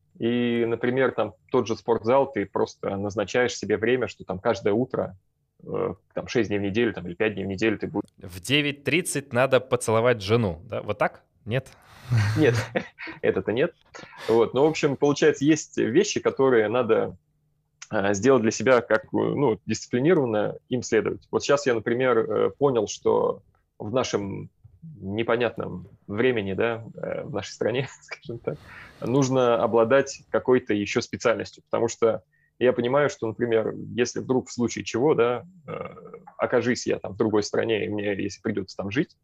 И, например, там тот же спортзал, ты просто назначаешь себе время, что там каждое утро, э, там шесть дней в неделю там, или пять дней в неделю ты будешь... В девять тридцать надо поцеловать жену, да? Вот так? Нет? Нет, это-то нет. Вот. Но, в общем, получается, есть вещи, которые надо э, сделать для себя как, ну, дисциплинированно им следовать. Вот сейчас я, например, э, понял, что в нашем непонятном времени, да, э, в нашей стране, скажем так, нужно обладать какой-то еще специальностью, потому что я понимаю, что, например, если вдруг в случае чего, да, э, окажись я там в другой стране, и мне, если придется там жить,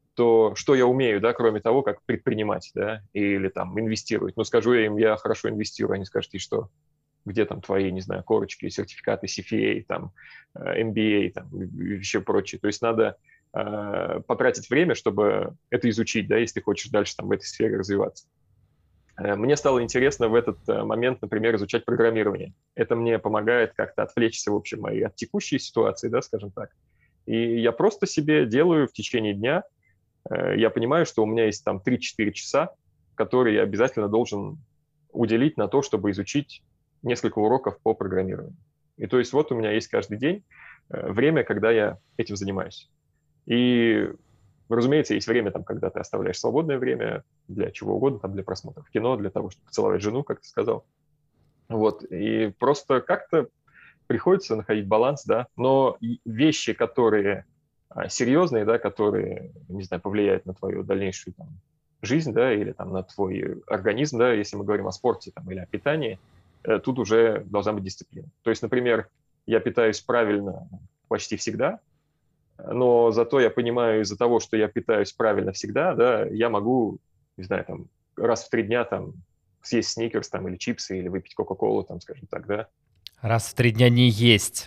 то что я умею, да, кроме того, как предпринимать, да, или там инвестировать. Ну, скажу я им, я хорошо инвестирую, они скажут, и что? Где там твои, не знаю, корочки, сертификаты си эф эй, там, эм би эй, там, и еще прочее. То есть надо э, потратить время, чтобы это изучить, да, если ты хочешь дальше там в этой сфере развиваться. Э, Мне стало интересно в этот э, момент, например, изучать программирование. Это мне помогает как-то отвлечься, в общем, и от текущей ситуации, да, скажем так. И я просто себе делаю в течение дня, э, я понимаю, что у меня есть там три-четыре часа, которые я обязательно должен уделить на то, чтобы изучить несколько уроков по программированию. И то есть вот у меня есть каждый день э, время, когда я этим занимаюсь. И, разумеется, есть время, там, когда ты оставляешь свободное время для чего угодно, там, для просмотра кино, для того, чтобы поцеловать жену, как ты сказал. Вот. И просто как-то приходится находить баланс, да. Но вещи, которые а, серьезные, да, которые, не знаю, повлияют на твою дальнейшую там, жизнь, да, или там на твой организм, да, если мы говорим о спорте там, или о питании, э, тут уже должна быть дисциплина. То есть, например, я питаюсь правильно почти всегда, но зато я понимаю, из-за того, что я питаюсь правильно всегда, да, я могу, не знаю, там, раз в три дня там съесть сникерс там, или чипсы, или выпить кока-колу, там, скажем так, да. Раз в три дня не есть.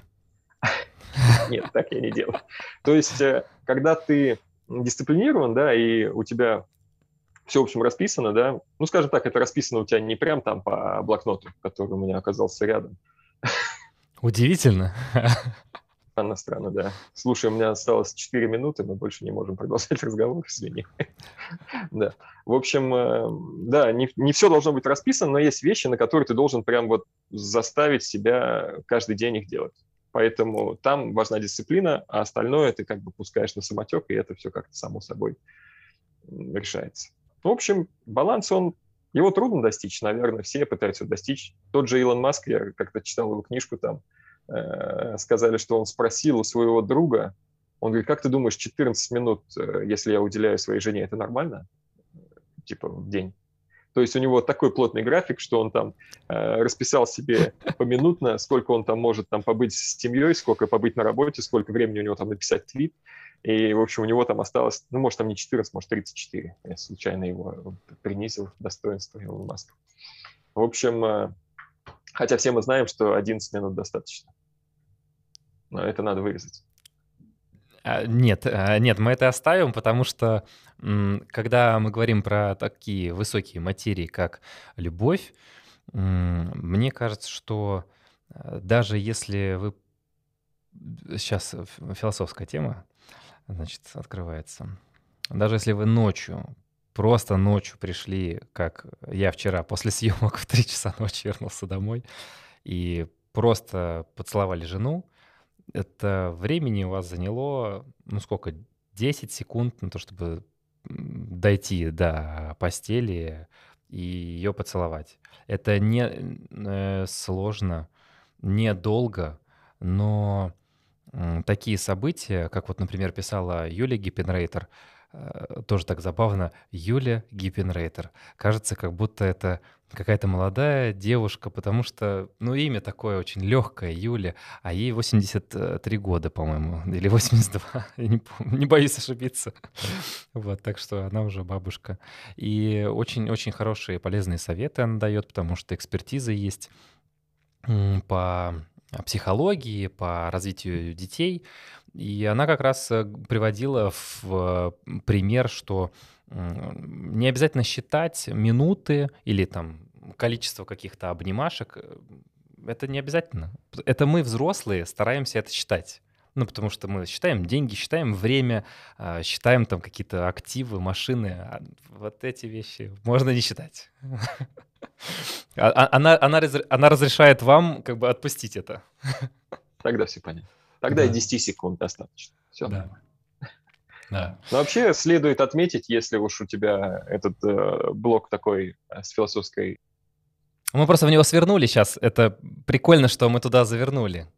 Нет, так я не делаю. То есть, э, когда ты дисциплинирован, да, и у тебя все, в общем, расписано, да, ну, скажем так, это расписано у тебя не прям там по блокноту, который у меня оказался рядом. Удивительно. Странно, странно, да. Слушай, у меня осталось четыре минуты, мы больше не можем продолжать разговор, извини. Да. В общем, э, да, не, не все должно быть расписано, но есть вещи, на которые ты должен прям вот заставить себя каждый день их делать. Поэтому там важна дисциплина, а остальное ты как бы пускаешь на самотек, и это все как-то само собой решается. В общем, баланс, он, его трудно достичь, наверное, все пытаются достичь. Тот же Илон Маск, я как-то читал его книжку там, э, сказали, что он спросил у своего друга, он говорит, как ты думаешь, четырнадцать минут, э, если я уделяю своей жене, это нормально? Типа в день. То есть у него такой плотный график, что он там э, расписал себе поминутно, сколько он там может там побыть с семьей, сколько побыть на работе, сколько времени у него там написать твит. И, в общем, у него там осталось, ну, может, там не четырнадцать, может, тридцать четыре. Я случайно его принизил достоинство Илона Маска. В общем, э, хотя все мы знаем, что одиннадцать минут достаточно. Но это надо вырезать. А, Нет, а, нет, мы это оставим, потому что м, когда мы говорим про такие высокие материи, как любовь, м, мне кажется, что э, даже если вы... Сейчас философская тема, значит, открывается. Даже если вы ночью, просто ночью пришли, как я вчера после съемок в три часа ночи вернулся домой, и просто поцеловали жену, это времени у вас заняло, ну сколько, десять секунд на то, чтобы м, дойти до постели и ее поцеловать. Это не э, сложно, не долго, но м, такие события, как вот, например, писала Юлия Гиппенрейтер, э, тоже так забавно, Юлия Гиппенрейтер. Кажется, как будто это какая-то молодая девушка, потому что, ну, имя такое очень легкое, Юля, а ей восемьдесят три года, по-моему, или восемьдесят два, я не помню, не боюсь ошибиться. Вот, так что она уже бабушка. И очень-очень хорошие полезные советы она дает, потому что экспертиза есть м, по психологии, по развитию детей. И она как раз э, приводила в э, пример, что м, не обязательно считать минуты или там количество каких-то обнимашек. э, Это не обязательно. Это мы, взрослые, стараемся это считать. Ну, потому что мы считаем деньги, считаем время, а, считаем там какие-то активы, машины. А вот эти вещи можно не считать. А- а- Она, она, разр- она разрешает вам как бы отпустить это. Тогда все понятно. Тогда и Да, десяти секунд достаточно. Все да, нормально. да. Но вообще следует отметить, если уж у тебя этот э, блок такой э, с философской, Мы просто в него свернули сейчас. Это прикольно, что мы туда завернули.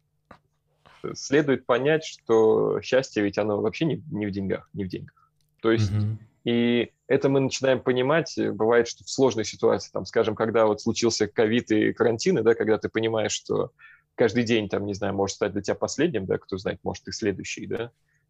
следует понять, что счастье ведь оно вообще не, не в деньгах, не в деньгах. То есть Мгм. и это мы начинаем понимать, э, бывает, что в сложной ситуации, там, скажем, когда вот случился ковид и карантины, да, когда ты понимаешь, что каждый день, там, не знаю, может стать для тебя последним, да, кто знает, может, и следующий, да,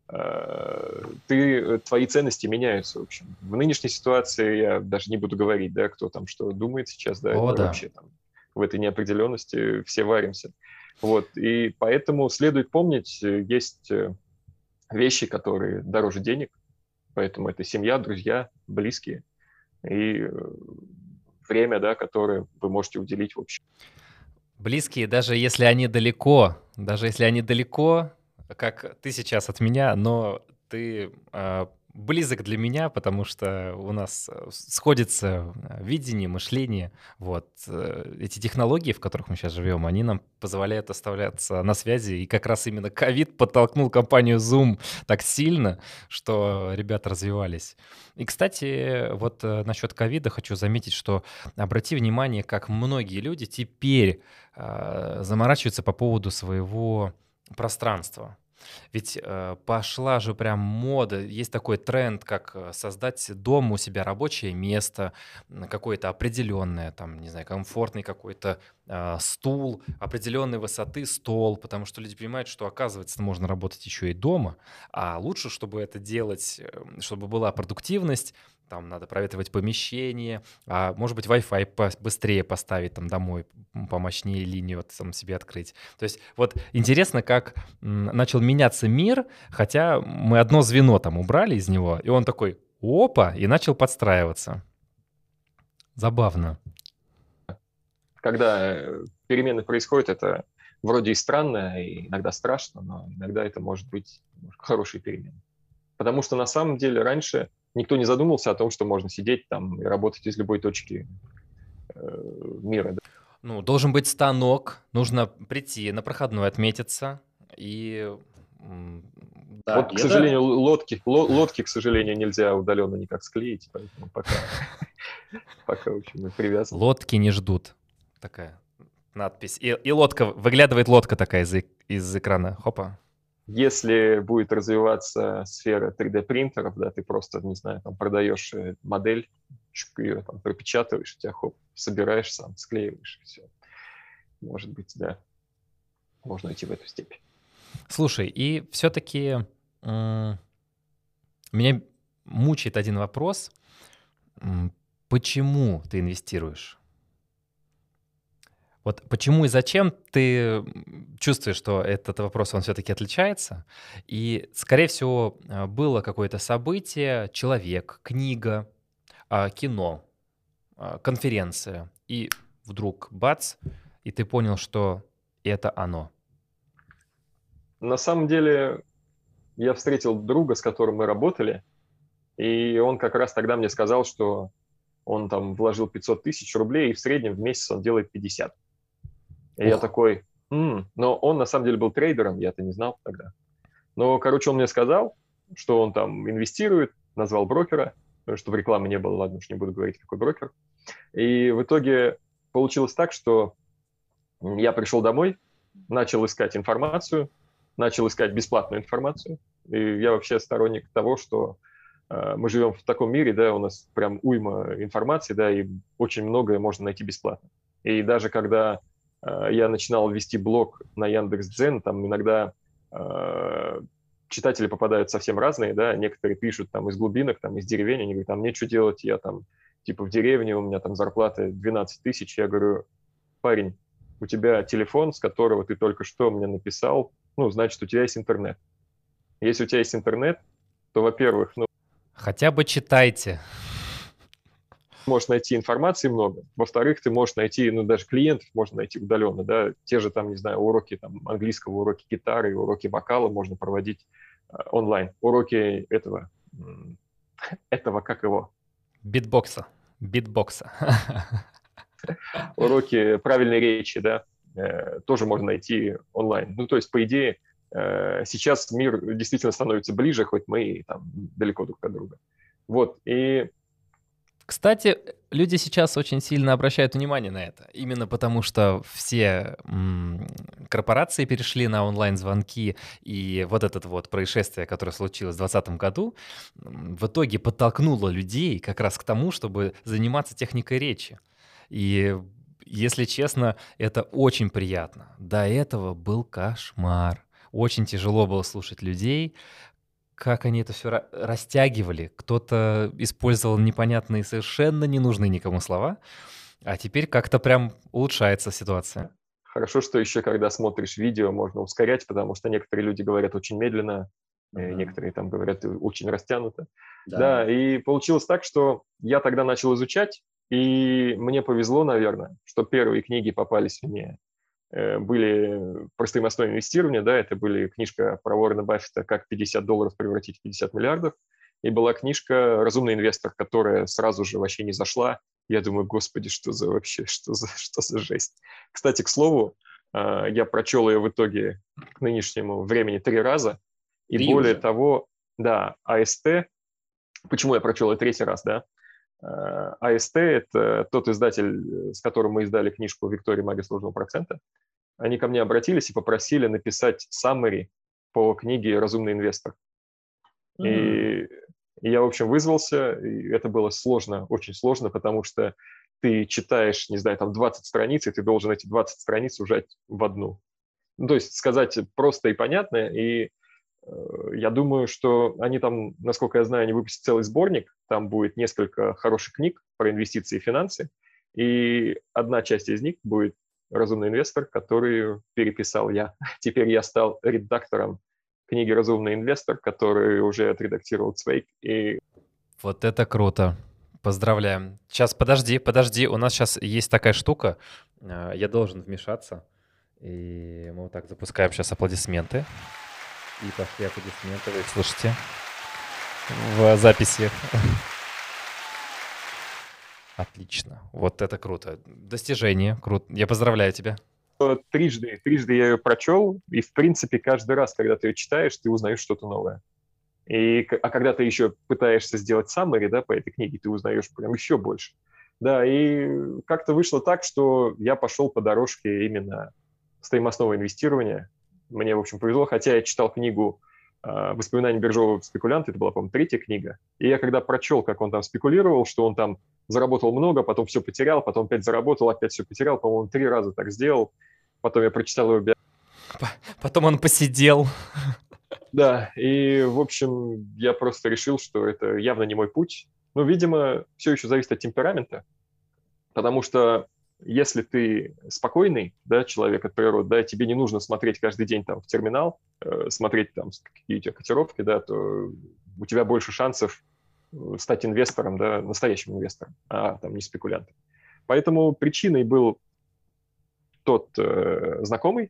э, ты, э, твои ценности меняются, в общем. В нынешней ситуации я даже не буду говорить, да, кто там что думает сейчас, да, О, это да. вообще там в этой неопределенности все варимся. Вот, и поэтому следует помнить, э, есть э, вещи, которые дороже денег, поэтому это семья, друзья, близкие и э, время, да, которое вы можете уделить в общем. Близкие, даже если они далеко, даже если они далеко, как ты сейчас от меня, но ты а, близок для меня, потому что у нас э, сходится э, видение, мышление. Вот э, эти технологии, в которых мы сейчас живем, они нам позволяют оставляться на связи. И как раз именно ковид подтолкнул компанию Zoom так сильно, что ребята развивались. И, кстати, вот э, насчет ковида хочу заметить, что обрати внимание, как многие люди теперь а, заморачиваются по поводу своего пространства. Ведь э, пошла же прям мода, есть такой тренд, как э, создать дома у себя рабочее место, м, какое-то определенное, там, не знаю, комфортный какой-то а, стул, определенной высоты стол, потому что люди понимают, что, оказывается, можно работать еще и дома, а лучше, чтобы это делать, э, чтобы была продуктивность, там надо проветривать помещение, а может быть, Wi-Fi по- быстрее поставить там домой, м, помощнее линию вот там себе открыть. То есть вот интересно, как м, начал меняться мир, хотя мы одно звено там убрали из него, и он такой, опа, и начал подстраиваться. Забавно. Когда э, перемены происходят, это вроде и странно, и иногда страшно, но иногда это может быть хорошие перемены. Потому что на самом деле раньше никто не задумывался о том, что можно сидеть там и работать из любой точки э, мира. Да. Ну, должен быть станок, нужно прийти на проходной, отметиться, и м, Да, Вот, и к это сожалению, лодки, ло- лодки, к сожалению, нельзя удаленно никак склеить, поэтому пока, пока в общем, мы привязаны. лодки не ждут. Такая надпись. И, и лодка, выглядывает лодка такая из, эк- из экрана. Хопа. Если будет развиваться сфера три дэ-принтеров, да, ты просто, не знаю, там продаешь э, модель, чук, ее там пропечатываешь, у тебя хоп, собираешь сам, склеиваешь, и все. Может быть, да, можно идти в эту степь. Слушай, и все-таки меня мучает один вопрос. М, Почему ты инвестируешь? Вот почему и зачем ты чувствуешь, что этот вопрос, он все-таки отличается? И, скорее всего, а, было какое-то событие, человек, книга, а, кино, а, конференция, и вдруг бац, и ты понял, что это оно. На самом деле, я встретил друга, с которым мы работали, и он как раз тогда мне сказал, что он там вложил пятьсот тысяч рублей, и в среднем в месяц он делает пятьдесят. И я Ух, такой, «М». Но он на самом деле был трейдером, я это не знал тогда. Но, короче, он мне сказал, что он там инвестирует, назвал брокера, потому что в рекламе не было, ладно уж не буду говорить, какой брокер. И в итоге получилось так, что я пришел домой, начал искать информацию, начал искать бесплатную информацию. И я вообще сторонник того, что э, мы живем в таком мире, да, у нас прям уйма информации, да, и очень многое можно найти бесплатно. И даже когда э, я начинал вести блог на Яндекс.Дзен, там иногда э, читатели попадают совсем разные, да, некоторые пишут там из глубинок, там из деревень, они говорят, а мне что делать, я там типа в деревне, у меня там зарплата двенадцать тысяч, я говорю, парень, у тебя телефон, с которого ты только что мне написал, ну, значит, у тебя есть интернет. Если у тебя есть интернет, то, во-первых, ну, хотя бы читайте. можешь найти информации много. Во-вторых, ты можешь найти, ну, даже клиентов можно найти удаленно, да, те же там, не знаю, уроки там английского, уроки гитары, уроки вокала можно проводить э, онлайн. Уроки этого, этого, как его? Битбокса. Битбокса. Уроки правильной речи, да, э, тоже можно найти онлайн. Ну, то есть, по идее, э, сейчас мир действительно становится ближе, хоть мы и там далеко друг от друга. Вот, и Кстати, люди сейчас очень сильно обращают внимание на это, именно потому что все м, корпорации перешли на онлайн-звонки, и вот это вот происшествие, которое случилось в двадцатом году, м, в итоге подтолкнуло людей как раз к тому, чтобы заниматься техникой речи. И, если честно, это очень приятно. До этого был кошмар. Очень тяжело было слушать людей, как они это все растягивали. Кто-то использовал непонятные, совершенно ненужные никому слова, а теперь как-то прям улучшается ситуация. хорошо, что еще, когда смотришь видео, можно ускорять, потому что некоторые люди говорят очень медленно, э, Ага. некоторые там говорят очень растянуто. Да. Да, и получилось так, что я тогда начал изучать, и мне повезло, наверное, что первые книги попались мне э, были простым основой инвестирования, да, это были книжка про Уоррена Баффета «Как пятьдесят долларов превратить в пятьдесят миллиардов», и была книжка «Разумный инвестор», которая сразу же вообще не зашла. Я думаю, господи, что за вообще, что за, что за жесть. Кстати, к слову, э, я прочел ее в итоге к нынешнему времени три раза, и Три более уже. того, да, АСТ, почему я прочел ее третий раз, да, Э, АСТ – это тот издатель, с которым мы издали книжку «Виктория. Магия сложного процента». Они ко мне обратились и попросили написать summary по книге «Разумный инвестор». М. И я, в общем, вызвался, и это было сложно, очень сложно, потому что ты читаешь, не знаю, там двадцать страниц, и ты должен эти двадцать страниц ужать в одну. Ну, то есть сказать просто и понятно, и э, я думаю, что они там, насколько я знаю, они выпустят целый сборник, там будет несколько хороших книг про инвестиции и финансы, и одна часть из них будет «Разумный инвестор», которую переписал я. Теперь я стал редактором книги «Разумный инвестор», которую уже отредактировал Цвейк. И Вот это круто. Поздравляем. Сейчас, подожди, подожди. У нас сейчас есть такая штука. а, Я должен вмешаться. И мы вот так запускаем сейчас аплодисменты. И пошли аплодисменты. Вы их слышите в записи. Отлично. Вот это круто. Достижение. Круто. Я поздравляю тебя. трижды, трижды я ее прочел, и, в принципе, каждый раз, когда ты ее читаешь, ты узнаешь что-то новое. И, а когда ты еще пытаешься сделать summary, да, по этой книге, ты узнаешь прям еще больше. Да, и как-то вышло так, что я пошел по дорожке именно стоимостного инвестирования. Мне, в общем, повезло, хотя я читал книгу э, «Воспоминания биржевого спекулянта», это была, по-моему, третья книга, и я когда прочел, как он там спекулировал, что он там заработал много, потом все потерял, потом опять заработал, опять все потерял, по-моему, три раза так сделал, потом я прочитал его биографию. Потом он посидел. Да, и, в общем, я просто решил, что это явно не мой путь. Ну, видимо, все еще зависит от темперамента, потому что если ты спокойный, да, человек от природы, да, тебе не нужно смотреть каждый день там в терминал, э, смотреть там, какие у тебя котировки, да, то у тебя больше шансов стать инвестором, да, настоящим инвестором, а там не спекулянтом. Поэтому причиной был тот э, знакомый,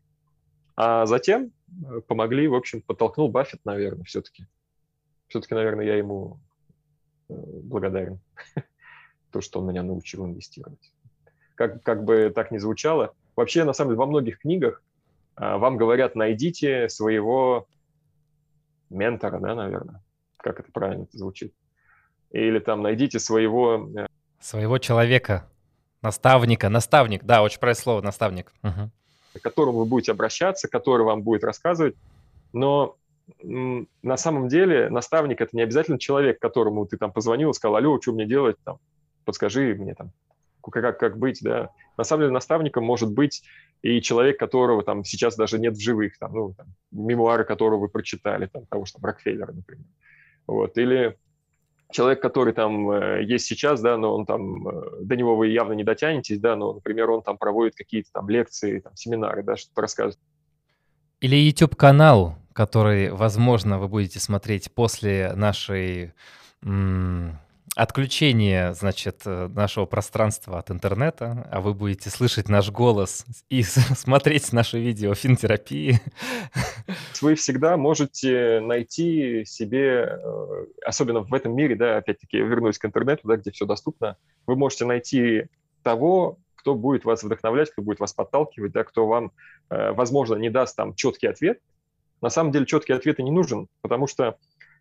а затем помогли, в общем, подтолкнул Баффет, наверное, все-таки. Все-таки, наверное, я ему благодарен, то, что он меня научил инвестировать. Как, как бы так ни звучало. Вообще, на самом деле, во многих книгах а, вам говорят, найдите своего ментора, да, наверное, как это правильно звучит. Или там найдите своего... Своего человека, наставника, наставник, да, очень правильное слово, наставник. Угу. К которому вы будете обращаться, который вам будет рассказывать. Но м, на самом деле наставник – это не обязательно человек, которому ты там позвонил и сказал, алло, что мне делать, там, подскажи мне, там, как, как быть, да. На самом деле наставником может быть и человек, которого там сейчас даже нет в живых, там, ну, там, мемуары которого вы прочитали, там, того же там Рокфеллера, например. Вот. Или человек, который там э, есть сейчас, да, но он там, э, до него вы явно не дотянетесь, да, но, например, он там проводит какие-то там лекции, там, семинары, да, что-то рассказывает. Или YouTube-канал, который, возможно, вы будете смотреть после нашей м- отключения, значит, нашего пространства от интернета, а вы будете слышать наш голос и смотреть наши видео финтерапии. Вы всегда можете найти себе, особенно в этом мире, да, опять-таки, вернусь к интернету, да, где все доступно, вы можете найти того, кто будет вас вдохновлять, кто будет вас подталкивать, да, кто вам, возможно, не даст там четкий ответ. На самом деле четкий ответ и не нужен, потому что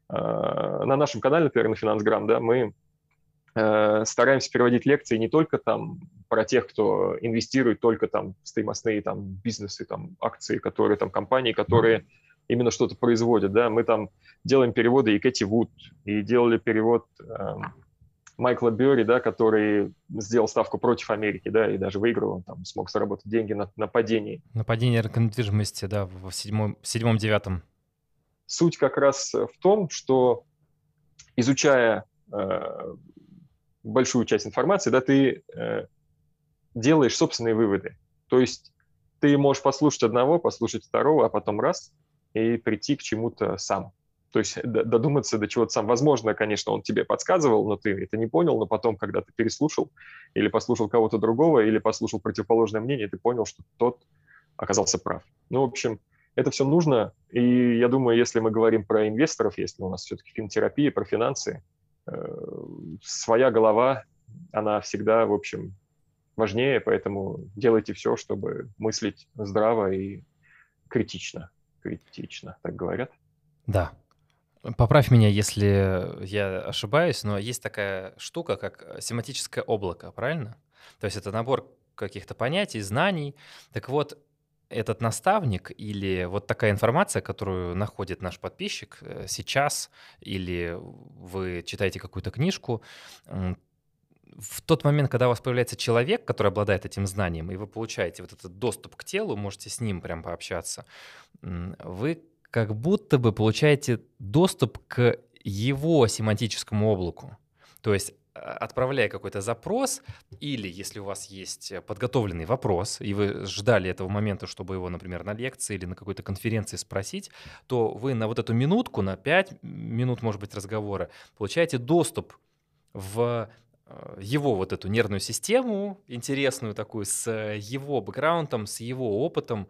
на нашем канале, например, на Финансграм, да, мы стараемся переводить лекции не только там про тех, кто инвестирует только там в стоимостные там бизнесы, там акции, которые там компании, которые именно что-то производят, да, мы там делаем переводы и Кэти Вуд, и делали перевод э, Майкла Бёрри, да, который сделал ставку против Америки, да, и даже выиграл, он там смог заработать деньги на, на падении. На падении рынка недвижимости, да, в седьмом, седьмом-девятом. Суть как раз в том, что изучая э, большую часть информации, да, ты э, делаешь собственные выводы. То есть ты можешь послушать одного, послушать второго, а потом раз и прийти к чему-то сам. То есть додуматься до чего-то сам. Возможно, конечно, он тебе подсказывал, но ты это не понял, но потом, когда ты переслушал или послушал кого-то другого, или послушал противоположное мнение, ты понял, что тот оказался прав. Ну, в общем, это все нужно, и я думаю, если мы говорим про инвесторов, если у нас все-таки финтерапия, про финансы, своя голова, она всегда, в общем, важнее, поэтому делайте все, чтобы мыслить здраво и критично. Критично, так говорят? Да. Поправь меня, если я ошибаюсь, но есть такая штука, как семантическое облако, правильно? То есть это набор каких-то понятий, знаний. Так вот, этот наставник или вот такая информация, которую находит наш подписчик сейчас, или вы читаете какую-то книжку, в тот момент, когда у вас появляется человек, который обладает этим знанием, и вы получаете вот этот доступ к телу, можете с ним прям пообщаться, вы как будто бы получаете доступ к его семантическому облаку. То есть отправляя какой-то запрос, или если у вас есть подготовленный вопрос, и вы ждали этого момента, чтобы его, например, на лекции или на какой-то конференции спросить, то вы на вот эту минутку, на пять минут, может быть, разговора получаете доступ в его вот эту нервную систему, интересную такую, с его бэкграундом, с его опытом,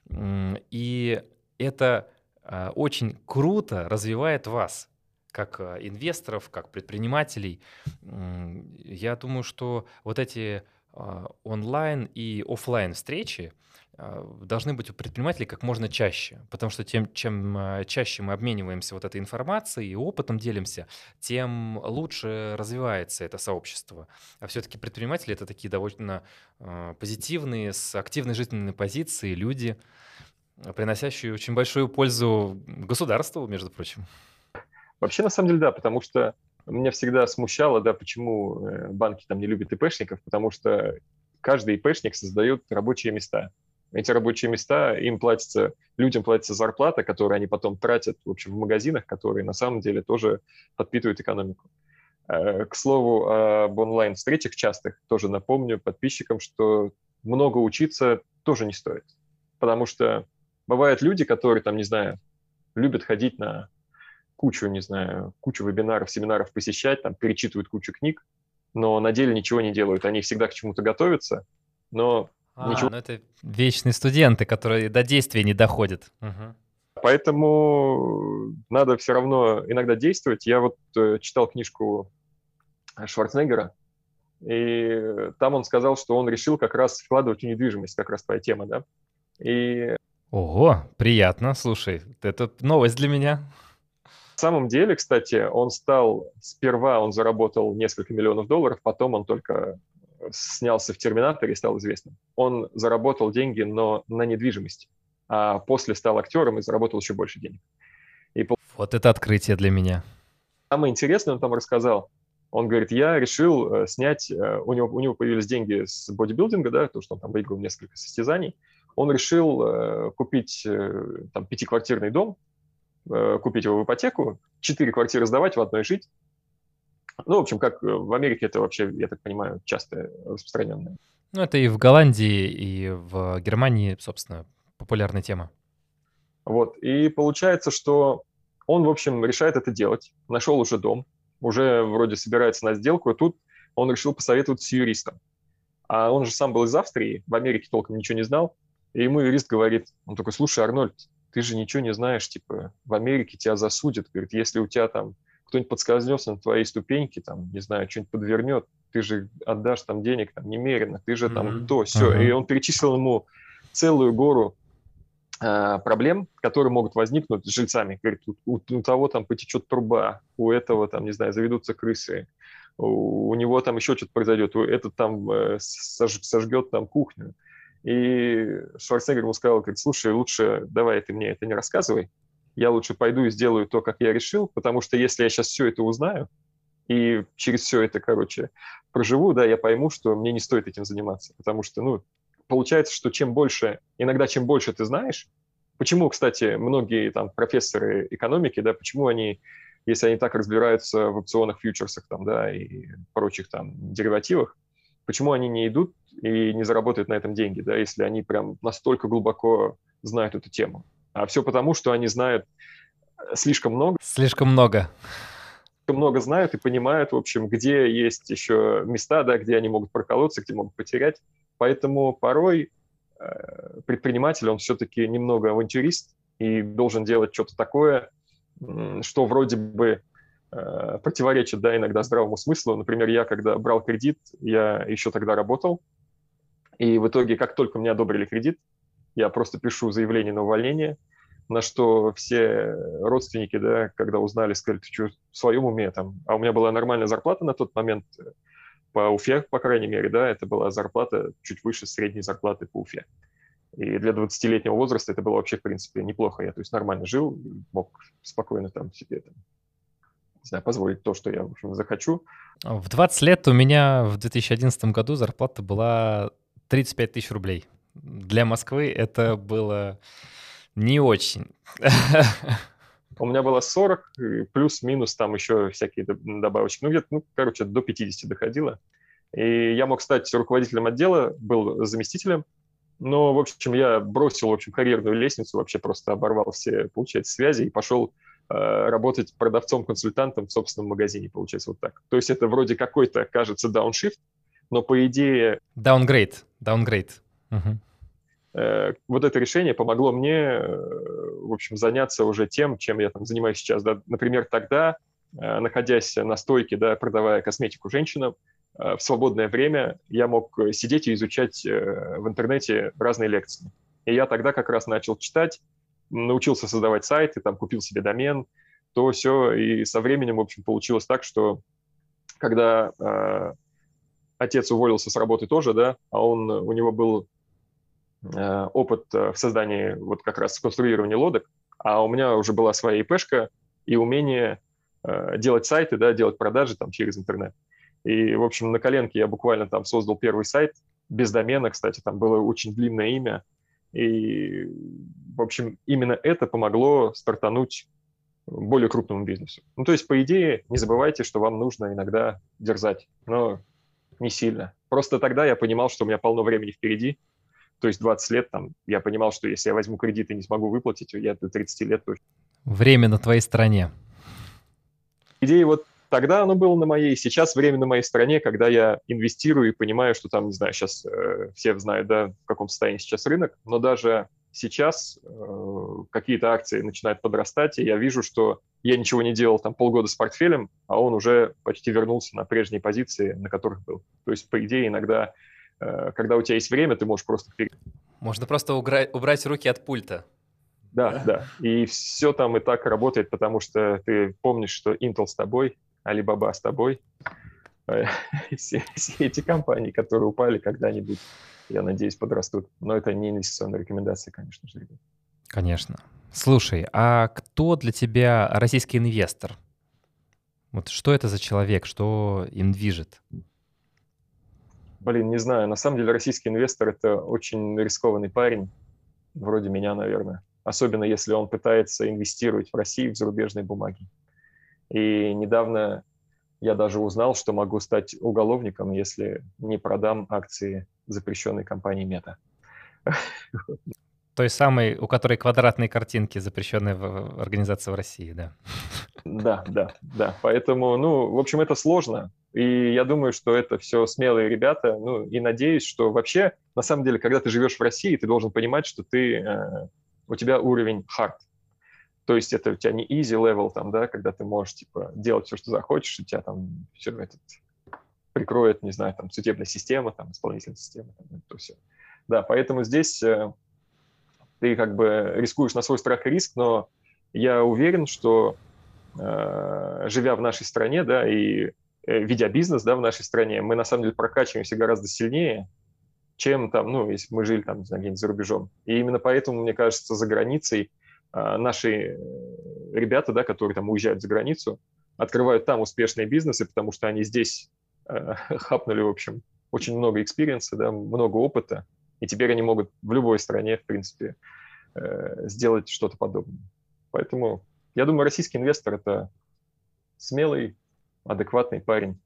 и это очень круто развивает вас, как инвесторов, как предпринимателей. Я думаю, что вот эти онлайн и офлайн встречи должны быть у предпринимателей как можно чаще, потому что тем, чем чаще мы обмениваемся вот этой информацией и опытом делимся, тем лучше развивается это сообщество. А все-таки предприниматели — это такие довольно позитивные, с активной жизненной позицией люди, приносящие очень большую пользу государству, между прочим. Вообще, на самом деле, да, потому что меня всегда смущало, да, почему банки там не любят ИПшников, потому что каждый ИПшник создает рабочие места. Эти рабочие места, им платится, людям платится зарплата, которую они потом тратят, в общем, в магазинах, которые на самом деле тоже подпитывают экономику. К слову, об онлайн-встречах частых тоже напомню подписчикам, что много учиться тоже не стоит. Потому что бывают люди, которые, там, не знаю, любят ходить на кучу, не знаю, кучу вебинаров, семинаров посещать, там, перечитывают кучу книг, но на деле ничего не делают. Они всегда к чему-то готовятся, но а, ничего. Ну это вечные студенты, которые до действия не доходят. Угу. Поэтому надо все равно иногда действовать. Я вот э, читал книжку Шварценеггера, и там он сказал, что он решил как раз вкладывать в недвижимость, как раз твоя тема, да? И... Ого, приятно, слушай, это новость для меня. На самом деле, кстати, он стал, сперва он заработал несколько миллионов долларов, потом он только снялся в «Терминаторе» и стал известным. Он заработал деньги, но на недвижимости, а после стал актером и заработал еще больше денег. И... Вот это открытие для меня. Самое интересное он там рассказал. Он говорит, я решил снять, у него, у него появились деньги с бодибилдинга, да, то, что он там выиграл несколько состязаний. Он решил купить там пятиквартирный дом, купить его в ипотеку, четыре квартиры сдавать, в одной жить. Ну, в общем, как в Америке это вообще, я так понимаю, часто распространенное. Ну, это и в Голландии, и в Германии, собственно, популярная тема. Вот, и получается, что он, в общем, решает это делать, нашел уже дом, уже вроде собирается на сделку, и тут он решил посоветоваться с юристом. А он же сам был из Австрии, в Америке толком ничего не знал, и ему юрист говорит, он такой, слушай, Арнольд, ты же ничего не знаешь, типа, в Америке тебя засудят, говорит, если у тебя там кто-нибудь подскользнется на твоей ступеньке, там, не знаю, что-нибудь подвернет, ты же отдашь там денег там немерено, ты же там mm-hmm. то, все. Uh-huh. И он перечислил ему целую гору э, проблем, которые могут возникнуть с жильцами. Говорит, у, у того там потечет труба, у этого там, не знаю, заведутся крысы, у, у него там еще что-то произойдет, этот там э, сож, сожгет там кухню. И Шварценеггер ему сказал, говорит, слушай, лучше давай ты мне это не рассказывай, я лучше пойду и сделаю то, как я решил, потому что если я сейчас все это узнаю и через все это, короче, проживу, да, я пойму, что мне не стоит этим заниматься, потому что, ну, получается, что чем больше, иногда чем больше ты знаешь, почему, кстати, многие там профессоры экономики, да, почему они, если они так разбираются в опционах, фьючерсах там, да, и прочих там деривативах, почему они не идут и не заработают на этом деньги, да, если они прям настолько глубоко знают эту тему. А все потому, что они знают слишком много. Слишком много. Слишком много знают и понимают, в общем, где есть еще места, да, где они могут проколоться, где могут потерять. Поэтому порой э, предприниматель, он все-таки немного авантюрист и должен делать что-то такое, что вроде бы э, противоречит, да, иногда здравому смыслу. Например, я, когда брал кредит, я еще тогда работал, и в итоге, как только мне одобрили кредит, я просто пишу заявление на увольнение, на что все родственники, да, когда узнали, сказали, ты что, в своем уме там? А у меня была нормальная зарплата на тот момент по Уфе, по крайней мере, да, это была зарплата чуть выше средней зарплаты по Уфе. И для двадцатилетнего возраста это было вообще, в принципе, неплохо. Я, то есть, нормально жил, мог спокойно там себе, там, не знаю, позволить то, что я, в общем, захочу. В двадцать лет у меня в две тысячи одиннадцатом году зарплата была тридцать пять тысяч рублей. Для Москвы это было не очень. У меня было сорок, плюс-минус там еще всякие добавочки. Ну, где-то, ну, короче, до пятидесяти доходило. И я мог стать руководителем отдела, был заместителем. Но, в общем, я бросил, в общем, карьерную лестницу, вообще просто оборвал все, получается, связи и пошел э, работать продавцом-консультантом в собственном магазине, получается, вот так. То есть это вроде какой-то, кажется, дауншифт, но по идее... Downgrade, downgrade. Uh-huh. Вот это решение помогло мне, в общем, заняться уже тем, чем я там занимаюсь сейчас. Да. Например, тогда, находясь на стойке, да, продавая косметику женщинам, в свободное время я мог сидеть и изучать в интернете разные лекции. И я тогда как раз начал читать, научился создавать сайты, там, купил себе домен, то все. И со временем, в общем, получилось так, что когда э, отец уволился с работы тоже, да, а он, у него был опыт в создании, вот как раз конструирования лодок, а у меня уже была своя ИПшка и умение э, делать сайты, да, делать продажи там через интернет. И, в общем, на коленке я буквально там создал первый сайт, без домена, кстати, там было очень длинное имя. И, в общем, именно это помогло стартануть более крупному бизнесу. Ну, то есть, по идее, не забывайте, что вам нужно иногда дерзать, но не сильно. Просто тогда я понимал, что у меня полно времени впереди, то есть двадцать лет, там, я понимал, что если я возьму кредит и не смогу выплатить, я до тридцати лет точно. Время на твоей стороне. Идея вот тогда оно было на моей, сейчас время на моей стороне, когда я инвестирую и понимаю, что там, не знаю, сейчас э, все знают, да, в каком состоянии сейчас рынок, но даже сейчас э, какие-то акции начинают подрастать, и я вижу, что я ничего не делал там полгода с портфелем, а он уже почти вернулся на прежние позиции, на которых был. То есть, по идее, иногда, э, когда у тебя есть время, ты можешь просто... Можно просто угра- убрать руки от пульта. Да, да. И все там и так работает, потому что ты помнишь, что Intel с тобой, Alibaba с тобой. Все, все эти компании, которые упали когда-нибудь, я надеюсь, подрастут. Но это не инвестиционная рекомендация, конечно же. Конечно. Слушай, а кто для тебя российский инвестор? Вот что это за человек, что им движет? Блин, не знаю. На самом деле российский инвестор – это очень рискованный парень, вроде меня, наверное. Особенно если он пытается инвестировать в Россию в зарубежные бумаги. И недавно я даже узнал, что могу стать уголовником, если не продам акции запрещенной компании Мета. Той самой, у которой квадратные картинки, запрещенные в организации в России, да? Да, да, да. Поэтому, ну, в общем, это сложно. И я думаю, что это все смелые ребята. Ну, и надеюсь, что вообще, на самом деле, когда ты живешь в России, ты должен понимать, что ты, э, у тебя уровень hard. То есть это у тебя не easy level, там, да, когда ты можешь, типа, делать все, что захочешь, и тебя там все это прикроет, не знаю, там, судебная система, там, исполнительная система, там, это все. Да, поэтому здесь э, ты как бы рискуешь на свой страх и риск, но я уверен, что э, живя в нашей стране, да, и э, ведя бизнес, да, в нашей стране, мы на самом деле прокачиваемся гораздо сильнее, чем там, ну, если бы мы жили там, не знаю, где-нибудь за рубежом. И именно поэтому, мне кажется, за границей наши ребята, да, которые там уезжают за границу, открывают там успешные бизнесы, потому что они здесь э, хапнули, в общем, очень много экспириенса, да, много опыта, и теперь они могут в любой стране, в принципе, э, сделать что-то подобное. Поэтому я думаю, российский инвестор – это смелый, адекватный парень,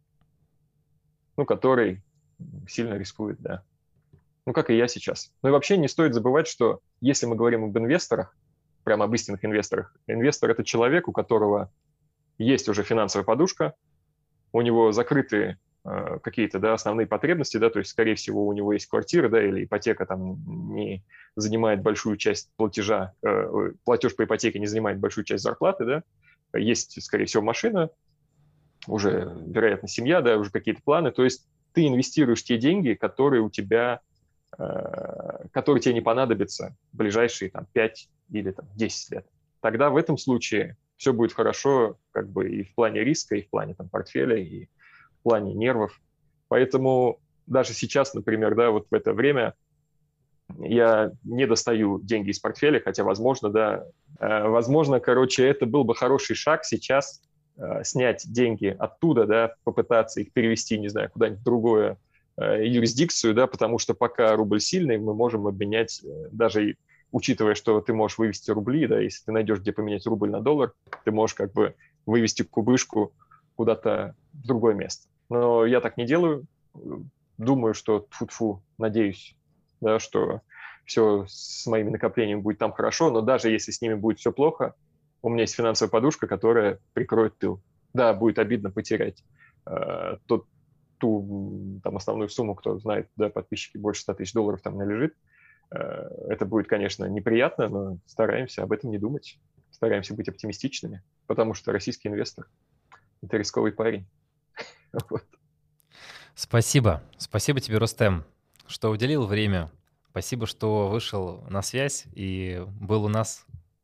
ну, который сильно рискует, да. Ну, как и я сейчас. Ну и вообще не стоит забывать, что если мы говорим об инвесторах, прямо об истинных инвесторах. Инвестор – это человек, у которого есть уже финансовая подушка, у него закрыты э, какие-то, да, основные потребности, да, то есть, скорее всего, у него есть квартира, да, или ипотека там не занимает большую часть платежа, э, платеж по ипотеке не занимает большую часть зарплаты, да, есть, скорее всего, машина, уже, вероятно, семья, да, уже какие-то планы, то есть ты инвестируешь те деньги, которые у тебя, э, которые тебе не понадобятся в ближайшие там пять или там, десять лет. Тогда в этом случае все будет хорошо как бы и в плане риска, и в плане там, портфеля, и в плане нервов. Поэтому даже сейчас, например, да, вот в это время я не достаю деньги из портфеля, хотя, возможно, да, э, возможно, короче, это был бы хороший шаг сейчас э, снять деньги оттуда, да, попытаться их перевести, не знаю, куда-нибудь в другую э, юрисдикцию, да, потому что пока рубль сильный, мы можем обменять э, даже учитывая, что ты можешь вывести рубли, да, если ты найдешь, где поменять рубль на доллар, ты можешь как бы вывести кубышку куда-то в другое место. Но я так не делаю. Думаю, что тьфу-тьфу, надеюсь, да, что все с моими накоплениями будет там хорошо, но даже если с ними будет все плохо, у меня есть финансовая подушка, которая прикроет тыл. Да, будет обидно потерять э, тот, ту там, основную сумму, кто знает, да, подписчики, больше ста тысяч долларов там належит. Это будет, конечно, неприятно, но стараемся об этом не думать. Стараемся быть оптимистичными, потому что российский инвестор – это рисковый парень. Вот. Спасибо. Спасибо тебе, Рустем, что уделил время. Спасибо, что вышел на связь и был у нас.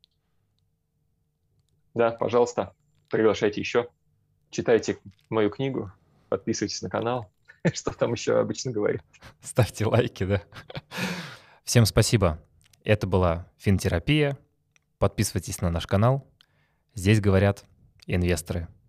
Да, пожалуйста, приглашайте еще. Читайте мою книгу, подписывайтесь на канал. Что там еще обычно говорят. Ставьте лайки, да. Всем спасибо. Это была Финтерапия. Подписывайтесь на наш канал. Здесь говорят инвесторы.